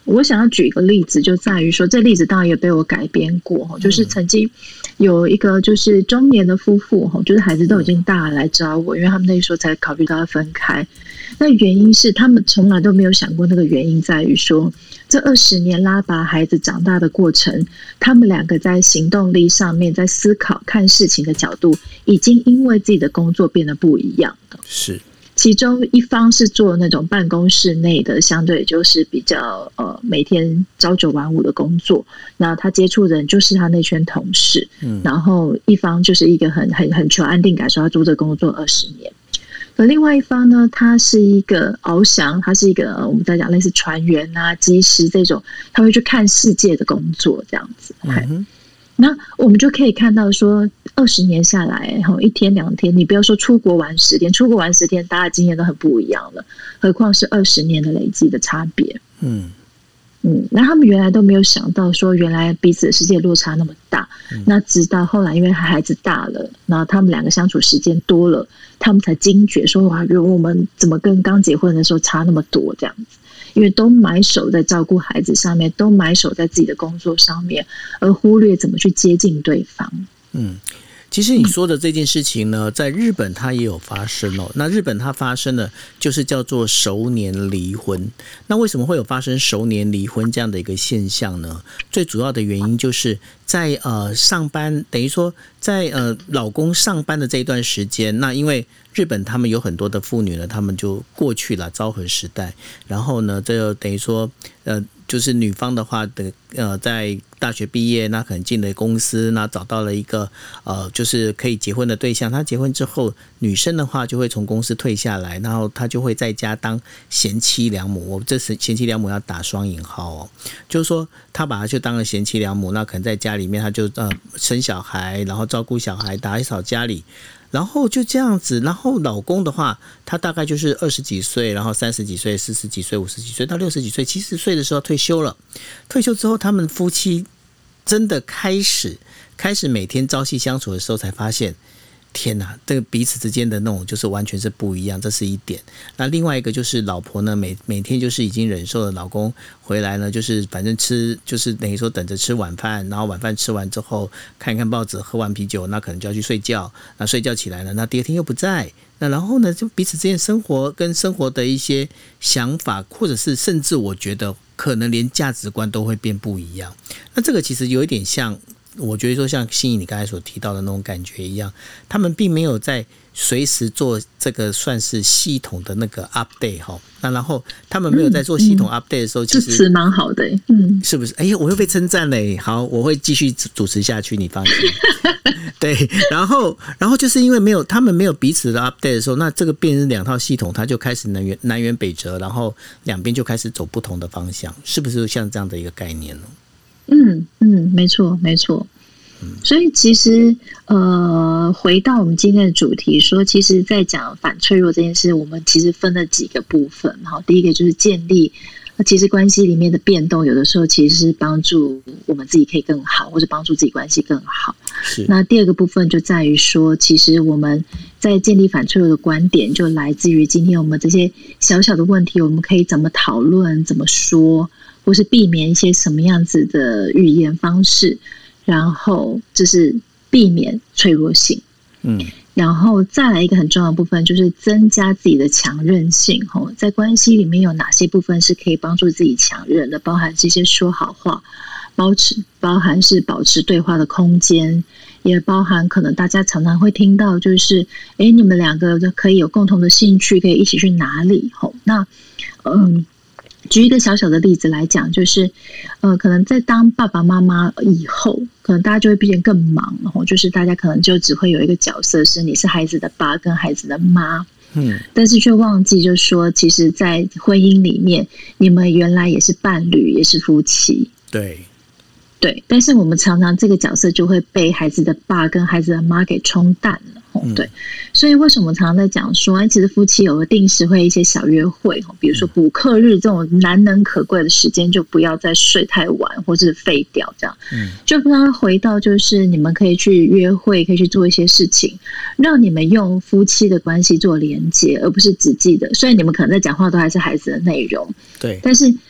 我想要举一个例子，就在于说，这例子当然也被我改编过，就是曾经有一个就是中年的夫妇，就是孩子都已经大了来找我，因为他们那时候才考虑到要分开。那原因是他们从来都没有想过，那个原因在于说，这二十年拉拔孩子长大的过程，他们两个在行动力上面，在思考看事情的角度，已经因为自己的工作变得不一样了。 是。 其中一方是做那种办公室内的，相对就是比较呃每天朝九晚五的工作，然后他接触的人就是他那圈同事，嗯，然后一方就是一个很很很求安定感，说他做这个工作二十年。而另外一方呢，他是一个翱翔，他是一个我们在讲类似船员啊、机师这种，他会去看世界的工作这样子。嗯，那我们就可以看到说，二十年下来，一天两天，你不要说出国玩十天，出国玩十天，大家经验都很不一样了，何况是二十年的累积的差别。嗯嗯，那他们原来都没有想到说，原来彼此的世界落差那么大。嗯，那直到后来，因为孩子大了，然后他们两个相处时间多了，他们才惊觉说，哇，原来我们怎么跟刚结婚的时候差那么多这样子。因为都埋首在照顾孩子上面，都埋首在自己的工作上面，而忽略怎么去接近对方。 嗯，其实你说的这件事情呢，在日本它也有发生哦。那日本它发生的就是叫做熟年离婚。那为什么会有发生熟年离婚这样的一个现象呢？最主要的原因就是在呃上班，等于说在呃老公上班的这一段时间，那因为日本他们有很多的妇女呢，他们就过去了昭和时代，然后呢，这就等于说，呃，就是女方的话的，呃，在大学毕业，那可能进了公司，那找到了一个呃，就是可以结婚的对象。她结婚之后，女生的话就会从公司退下来，然后她就会在家当贤妻良母。我这是贤妻良母要打双引号哦，就是说她把她就当了贤妻良母，那可能在家里面她就呃生小孩，然后照顾小孩，打扫家里。然后就这样子，然后老公的话，他大概就是二十几岁，然后三十几岁、四十几岁、五十几岁到六十几岁、七十岁的时候退休了。退休之后，他们夫妻真的开始开始每天朝夕相处的时候，才发现，天哪，这个彼此之间的那种就是完全是不一样，这是一点。那另外一个就是老婆呢，每每天就是已经忍受了老公回来呢，就是反正吃就是等于说等着吃晚饭，然后晚饭吃完之后看一看报纸，喝完啤酒，那可能就要去睡觉。那睡觉起来了，那第二天又不在。那然后呢，就彼此之间生活跟生活的一些想法，或者是甚至我觉得可能连价值观都会变不一样。那这个其实有一点像。我觉得说像心怡你刚才所提到的那种感觉一样，他们并没有在随时做这个算是系统的那个 update 哈。那然后他们没有在做系统 update 的时候， 其实这词蛮好的，嗯， 是不是？哎呀，我又被称赞了，好，我会继续主持下去，你放心。对，然后然后就是因为没有他们没有彼此的 update 的时候，那这个变成两套系统，它就开始南辕南辕北辙，然后两边就开始走不同的方向，是不是像这样的一个概念呢？ 嗯嗯，没错没错。所以其实呃，回到我们今天的主题说，其实在讲反脆弱这件事，我们其实分了几个部分。好，第一个就是建立，其实关系里面的变动，有的时候其实是帮助我们自己可以更好，或者帮助自己关系更好。 是。 那第二个部分就在于说，其实我们在建立反脆弱的观点，就来自于今天我们这些小小的问题，我们可以怎么讨论、怎么说。或是避免一些什么样子的语言方式，然后就是避免脆弱性，嗯，然后再来一个很重要的部分，就是增加自己的强韧性。在关系里面有哪些部分是可以帮助自己强韧的？包含这些说好话，保持包含是保持对话的空间，也包含可能大家常常会听到，就是哎，你们两个可以有共同的兴趣，可以一起去哪里？那嗯。举一个小小的例子来讲，就是，呃，可能在当爸爸妈妈以后，可能大家就会变得更忙，然后就是大家可能就只会有一个角色，是你是孩子的爸跟孩子的妈，嗯，但是却忘记就是说，其实，在婚姻里面，你们原来也是伴侣，也是夫妻， 对， 对，但是我们常常这个角色就会被孩子的爸跟孩子的妈给冲淡了。对，所以为什么常常在讲说，哎，其实夫妻有个定时会一些小约会，比如说补课日这种难能可贵的时间，就不要再睡太晚或者废掉，这样，嗯，就不要回到就是你们可以去约会，可以去做一些事情，让你们用夫妻的关系做连接，而不是只记得。虽然你们可能在讲话都还是孩子的内容， 对， 但是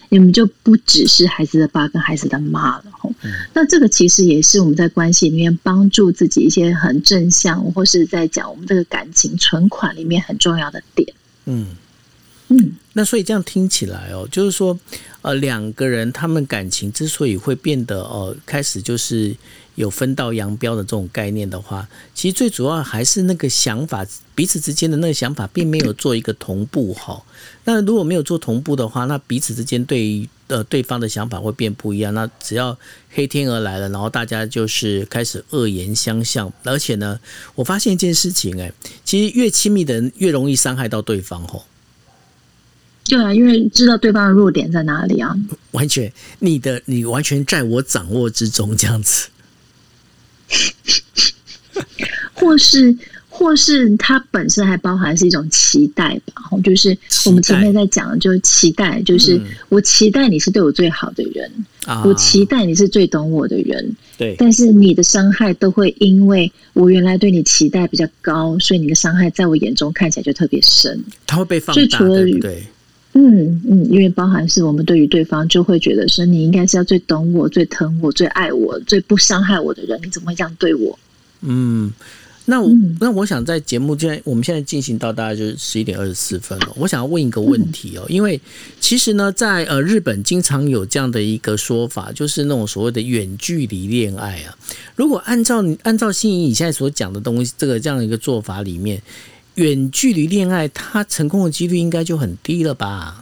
你们就不只是孩子的爸跟孩子的妈了。嗯、那这个其实也是我们在关系里面帮助自己一些很正向，或是在讲我们这个感情存款里面很重要的点。嗯嗯，那所以这样听起来哦，就是说，呃，两个人他们感情之所以会变得呃开始就是有分道扬镳的这种概念的话，其实最主要还是那个想法，彼此之间的那个想法并没有做一个同步哈。那如果没有做同步的话，那彼此之间对于呃对方的想法会变不一样。那只要黑天鹅来了，然后大家就是开始恶言相向，而且呢，我发现一件事情，哎，其实越亲密的人越容易伤害到对方吼。 对啊，因为知道对方的弱点在哪里啊。 完全，你的你完全在我掌握之中，这样子。 或是或是它本身还包含是一种期待吧，就是我们前面在讲的，就是期待，就是我期待你是对我最好的人，嗯、我期待你是最懂我的人。 对， 但是你的伤害都会因为我原来对你期待比较高，所以你的伤害在我眼中看起来就特别深， 它会被放大，对不对？ 嗯嗯，因为包含是我们对于对方就会觉得说，你应该是要最懂我、最疼我、最爱我、最不伤害我的人，你怎么会这样对我？ 嗯，那我、嗯、那我想在节目现在我们现在进行到大概就是十一点二十四分了，我想要问一个问题哦，因为其实呢，在呃日本经常有这样的一个说法，就是那种所谓的远距离恋爱啊。如果按照按照心怡你现在所讲的东西，这个这样的一个做法里面，远距离恋爱，它成功的几率应该就很低了吧？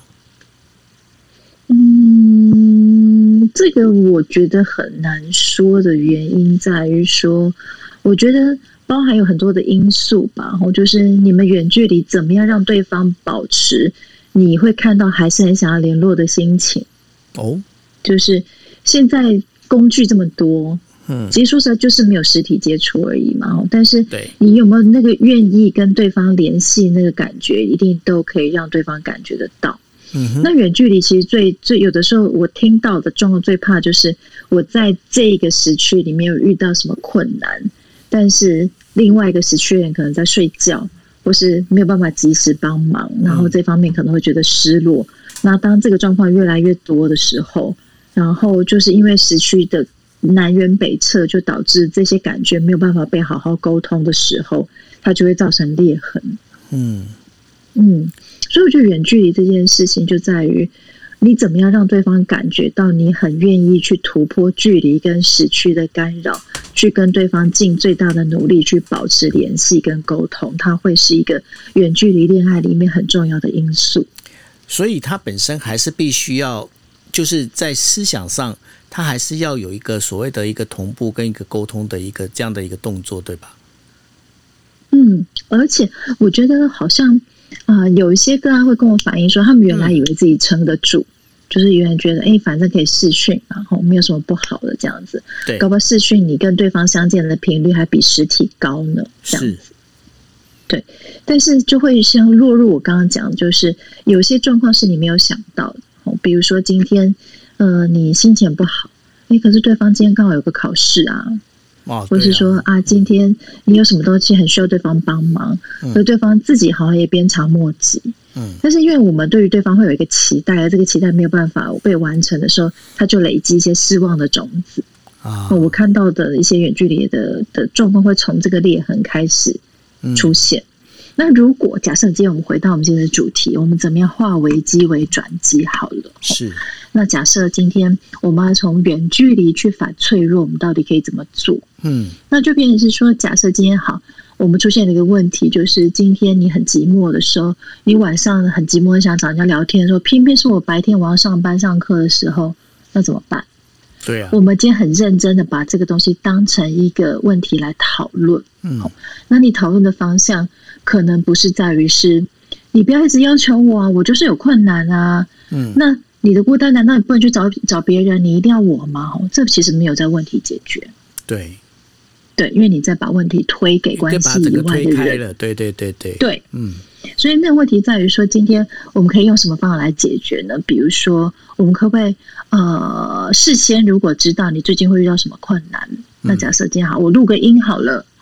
嗯，这个我觉得很难说的原因在于说，我觉得包含有很多的因素吧。就是你们远距离怎么样让对方保持你会看到还是很想要联络的心情。哦，就是现在工具这么多。嗯，其实说实在就是没有实体接触而已嘛，但是你有没有那个愿意跟对方联系那个感觉，一定都可以让对方感觉得到。嗯，那远距离其实最最有的时候我听到的状况最怕就是我在这个时区里面有遇到什么困难，但是另外一个时区的人可能在睡觉，或是没有办法及时帮忙，然后这方面可能会觉得失落。那当这个状况越来越多的时候，然后就是因为时区的南辕北辙，就导致这些感觉没有办法被好好沟通的时候，它就会造成裂痕。嗯嗯，所以我觉得远距离这件事情就在于你怎么样让对方感觉到你很愿意去突破距离跟时区的干扰，去跟对方尽最大的努力去保持联系跟沟通，它会是一个远距离恋爱里面很重要的因素。 所以它本身还是必须要就是在思想上它还是要有一个所谓的一个同步跟一个沟通的一个这样的一个动作，对吧？ 嗯，而且我觉得好像啊、呃，有一些个案会跟我反映说，他们原来以为自己撑得住，嗯、就是原来觉得哎、欸，反正可以视讯，然后没有什么不好的这样子。对，搞不好视讯你跟对方相见的频率还比实体高呢，这样子。对，但是就会像落入我刚刚讲的，就是有些状况是你没有想到的，比如说今天。呃，你心情不好，哎，可是对方今天刚好有个考试啊，哦、或是说啊，今天你有什么东西很需要对方帮忙，嗯、而对方自己好像也鞭长莫及，嗯，但是因为我们对于对方会有一个期待，而这个期待没有办法被完成的时候，他就累积一些失望的种子啊。我看到的一些远距离的的状况会从这个裂痕开始出现。嗯，那如果假设今天我们回到我们今天的主题，我们怎么样化危机为转机好了？是。那假设今天我们要从远距离去反脆弱，我们到底可以怎么做？嗯，那就变成是说，假设今天好，我们出现了一个问题，就是今天你很寂寞的时候，你晚上很寂寞，很想找人家聊天的时候，偏偏是我白天我要上班上课的时候，那怎么办？对啊，我们今天很认真的把这个东西当成一个问题来讨论。嗯，那你讨论的方向可能不是在于是，你不要一直要求我啊，我就是有困难啊。嗯，那你的孤单难道你不能去找找别人？你一定要我吗？这其实没有在问题解决。对，对，因为你在把问题推给关系以外的人。 对对对对， 对，嗯。所以那个问题在于说，今天我们可以用什么方法来解决呢？比如说，我们可不可以呃事先如果知道你最近会遇到什么困难，那假设今天好，我录个音好了。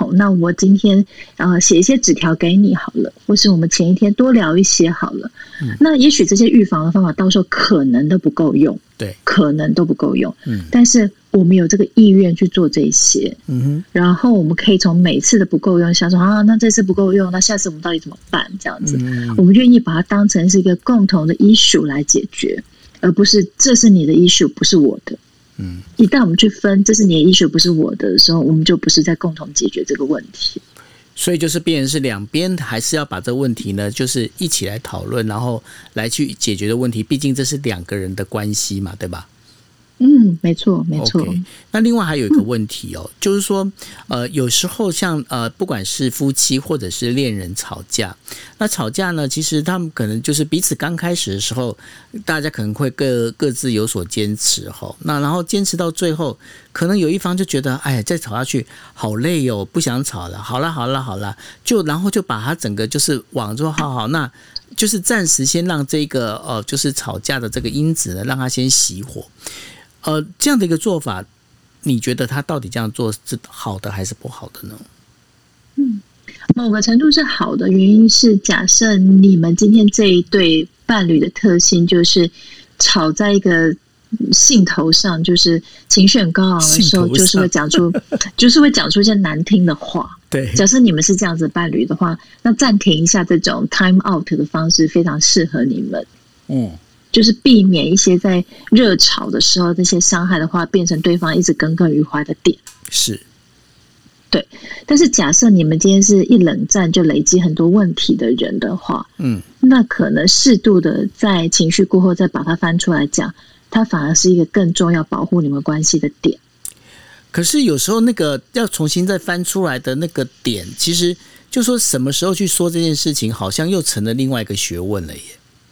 好，那我今天呃写一些纸条给你好了，或是我们前一天多聊一些好了。嗯、那也许这些预防的方法到时候可能都不够用， 对， 可能都不够用。 嗯， 但是我们有这个意愿去做这些， 嗯哼， 然后我们可以从每次的不够用想说啊，那这次不够用，那下次我们到底怎么办？这样子，嗯、我们愿意把它当成是一个共同的 issue 来解决，而不是这是你的 issue， 不是我的。 嗯， 一旦我们去分这是你的 issue 不是我的的时候，我们就不是在共同解决这个问题。 所以就是变成是两边还是要把这个问题呢，就是一起来讨论，然后来去解决的问题。毕竟这是两个人的关系嘛，对吧？ 嗯，没错，没错。 Okay. 那另外还有一个问题哦，嗯、就是说，呃，有时候像呃，不管是夫妻或者是恋人吵架，那吵架呢，其实他们可能就是彼此刚开始的时候，大家可能会各各自有所坚持哈。那然后坚持到最后，可能有一方就觉得，哎呀，再吵下去好累哦，不想吵了。好了，好了，好了，就然后就把他整个就是往说，好好，那就是暂时先让这个呃，就是吵架的这个因子呢，让他先熄火。呃，这样的一个做法，你觉得他到底这样做是好的还是不好的呢？ 嗯，某个程度是好的，原因是假设你们今天这一对伴侣的特性就是吵在一个兴头上，就是情绪很高昂的时候，就是会讲出，就是会讲出一些难听的话。 对， 假设你们是这样子的伴侣的话，那暂停一下这种 time out 的方式非常适合你们。嗯。就是避免一些在热吵的时候那些伤害的话变成对方一直耿耿于怀的点。 是， 对。但是假设你们今天是一冷战就累积很多问题的人的话，嗯，那可能适度的在情绪过后再把它翻出来讲，它反而是一个更重要保护你们关系的点。 可是有时候那个要重新再翻出来的那个点，其实就说什么时候去说这件事情，好像又成了另外一个学问了耶。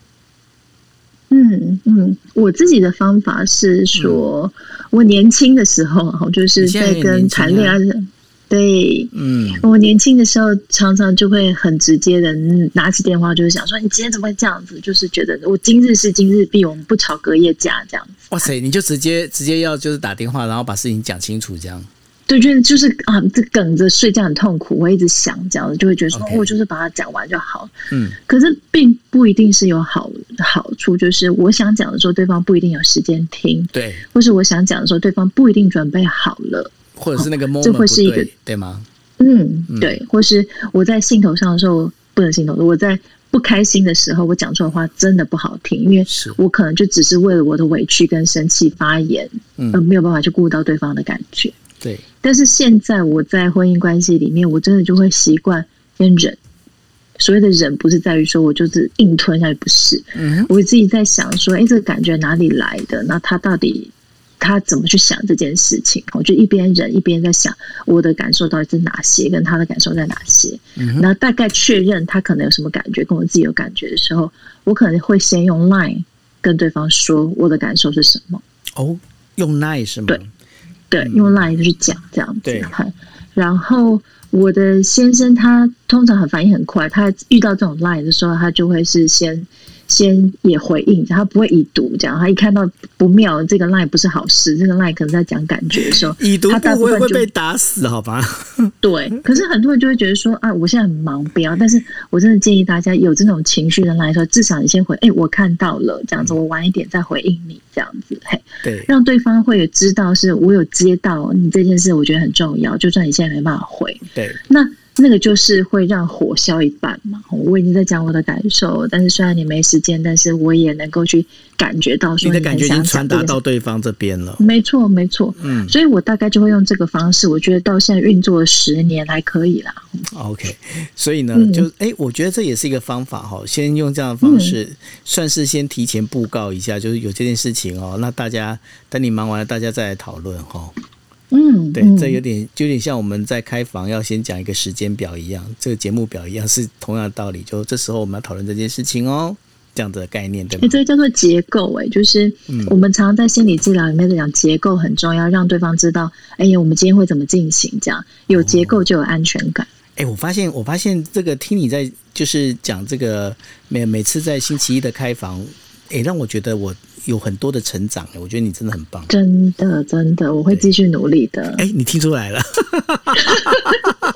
嗯嗯，我自己的方法是说，嗯、我年轻的时候，就是在跟谈恋爱的，对，嗯，我年轻的时候常常就会很直接的拿起电话，就是想说，你今天怎么会这样子？就是觉得我今日事今日毕，我们不吵隔夜架这样子。 哇塞，你就直接直接要就是打电话，然后把事情讲清楚这样。 对，就是就是啊，这梗着睡觉很痛苦，我一直想这样，就会觉得说， okay. 我就是把它讲完就好。嗯，可是并不一定是有好好处，就是我想讲的时候，对方不一定有时间听， 对， 或是我想讲的时候，对方不一定准备好了， 或者是那个 moment 这会是一个对, 对吗？ 嗯，对，或是我在兴头上的时候，不能兴头，我在不开心的时候，我讲出的话真的不好听，因为我可能就只是为了我的委屈跟生气发言，嗯，而没有办法去顾到对方的感觉。 对， 但是现在我在婚姻关系里面，我真的就会习惯跟忍。所谓的忍，不是在于说我就是硬吞下去，不是。嗯，我自己在想说，哎，这个感觉哪里来的？那他到底他怎么去想这件事情？我就一边忍一边在想我的感受到底是哪些，跟他的感受在哪些。嗯，然后大概确认他可能有什么感觉，跟我自己有感觉的时候，我可能会先用 Line 跟对方说我的感受是什么。 哦，用 Line 是吗？ 对。对，用 Line 就去讲这样子。然后我的先生他通常很反应很快，他遇到这种 Line 的时候，他就会是先先也回应，他不会已读这样。他一看到不妙，这个 Line 不是好事，这个 Line 可能在讲感觉的时候， 已读不会会被打死，好吧？ 对，可是很多人就会觉得说啊，我现在很忙，不要。但是我真的建议大家有这种情绪的来说，至少你先回，哎、欸，我看到了这样子，我晚一点再回应你这样子，嘿， 对， 让对方会有知道是我有接到你这件事，我觉得很重要，就算你现在没办法回， 对， 那。那个就是会让火消一半嘛。我已经在讲我的感受，但是虽然你没时间，但是我也能够去感觉到说你的感觉已经传达到对方这边了。 没错，没错。嗯，所以我大概就会用这个方式。我觉得到现在运作了十年还可以啦。 OK， 所以呢，嗯、就哎、欸，我觉得这也是一个方法哈。先用这样的方式，嗯、算是先提前布告一下，就是有这件事情哦。那大家等你忙完了，大家再来讨论哈。 嗯， 对，这有点就有点像我们在开房要先讲一个时间表一样，这个节目表一样，是同样的道理。就这时候我们要讨论这件事情哦，这样的概念对吗？ 欸、这个叫做结构哎、欸，就是我们常常在心理治疗里面在讲结构很重要，让对方知道，哎呀，我们今天会怎么进行，这样有结构就有安全感。 哎、欸，我发现，我发现这个听你在就是讲这个每每次在星期一的开房，哎、欸，让我觉得我有很多的成长，我觉得你真的很棒， 真的真的，我会继续努力的。 哎、欸，你听出来了？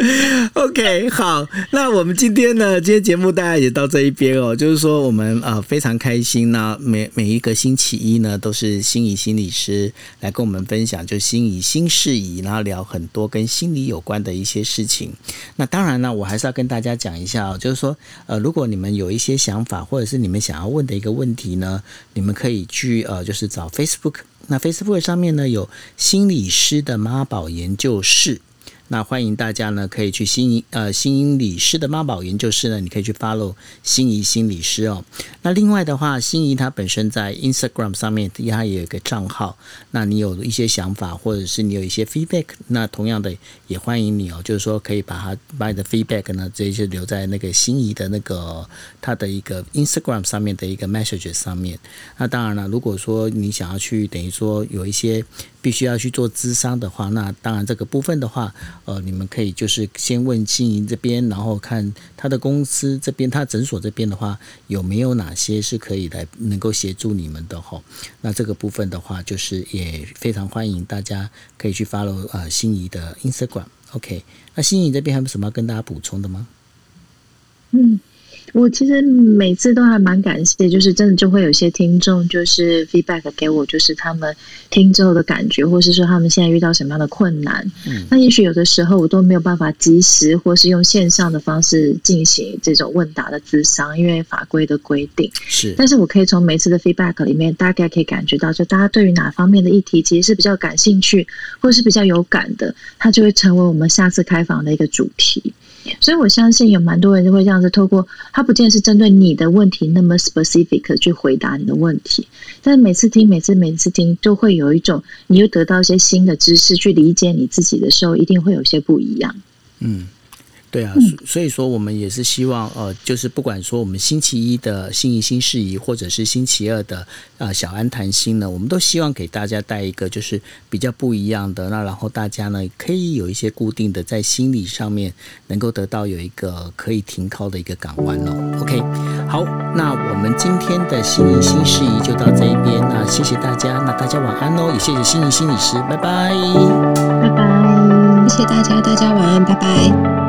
OK， 好，那我们今天呢，今天节目大家也到这一边哦，就是说我们呃非常开心呢，每每一个星期一呢，都是心怡心理师来跟我们分享，就心怡心事宜，然后聊很多跟心理有关的一些事情。那当然呢，我还是要跟大家讲一下哦，就是说呃，如果你们有一些想法，或者是你们想要问的一个问题呢，你们可以去呃，就是找 Facebook， 那 Facebook 上面呢有心理师的妈宝研究室。那欢迎大家呢，可以去心呃心理师的妈宝研究室呢，你可以去 follow 心怡心理师哦。那另外的话，心怡她本身在 Instagram 上面，她也有一个账号。那你有一些想法，或者是你有一些 feedback， 那同样的也欢迎你哦，就是说可以把它把你的 feedback 呢，这些留在那个心怡的那个她的一个 Instagram 上面的一个 message 上面。那当然了，如果说你想要去等于说有一些必须要去做諮商的话，那当然这个部分的话。呃，你们可以就是先问心怡这边，然后看他的公司这边，他诊所这边的话，有没有哪些是可以来能够协助你们的哈？那这个部分的话，就是也非常欢迎大家可以去 follow 呃心怡的 Instagram。OK， 那心怡这边还有什么要跟大家补充的吗？ 嗯。我其实每次都还蛮感谢，就是真的就会有些听众就是 feedback 给我，就是他们听之后的感觉，或是说他们现在遇到什么样的困难。嗯，那也许有的时候我都没有办法及时或是用线上的方式进行这种问答的咨商，因为法规的规定。 是， 但是我可以从每次的 feedback 里面大概可以感觉到，就大家对于哪方面的议题其实是比较感兴趣，或是比较有感的，它就会成为我们下次开房的一个主题。所以我相信有蛮多人就会这样子透过他不见得是针对你的问题那么 specific 去回答你的问题，但是每次听每次每次听就会有一种你又得到一些新的知识去理解你自己的时候，一定会有些不一样。 嗯，对啊，所以说我们也是希望呃，就是不管说我们星期一的心怡心事宜，或者是星期二的呃小安谈心呢，我们都希望给大家带一个就是比较不一样的，那然后大家呢可以有一些固定的在心理上面能够得到有一个可以停靠的一个港湾哦。OK， 好，那我们今天的心怡心事宜就到这一边，那谢谢大家，那大家晚安哦，也谢谢心怡心理师，拜拜， 拜拜， 谢谢大家，大家晚安，拜拜。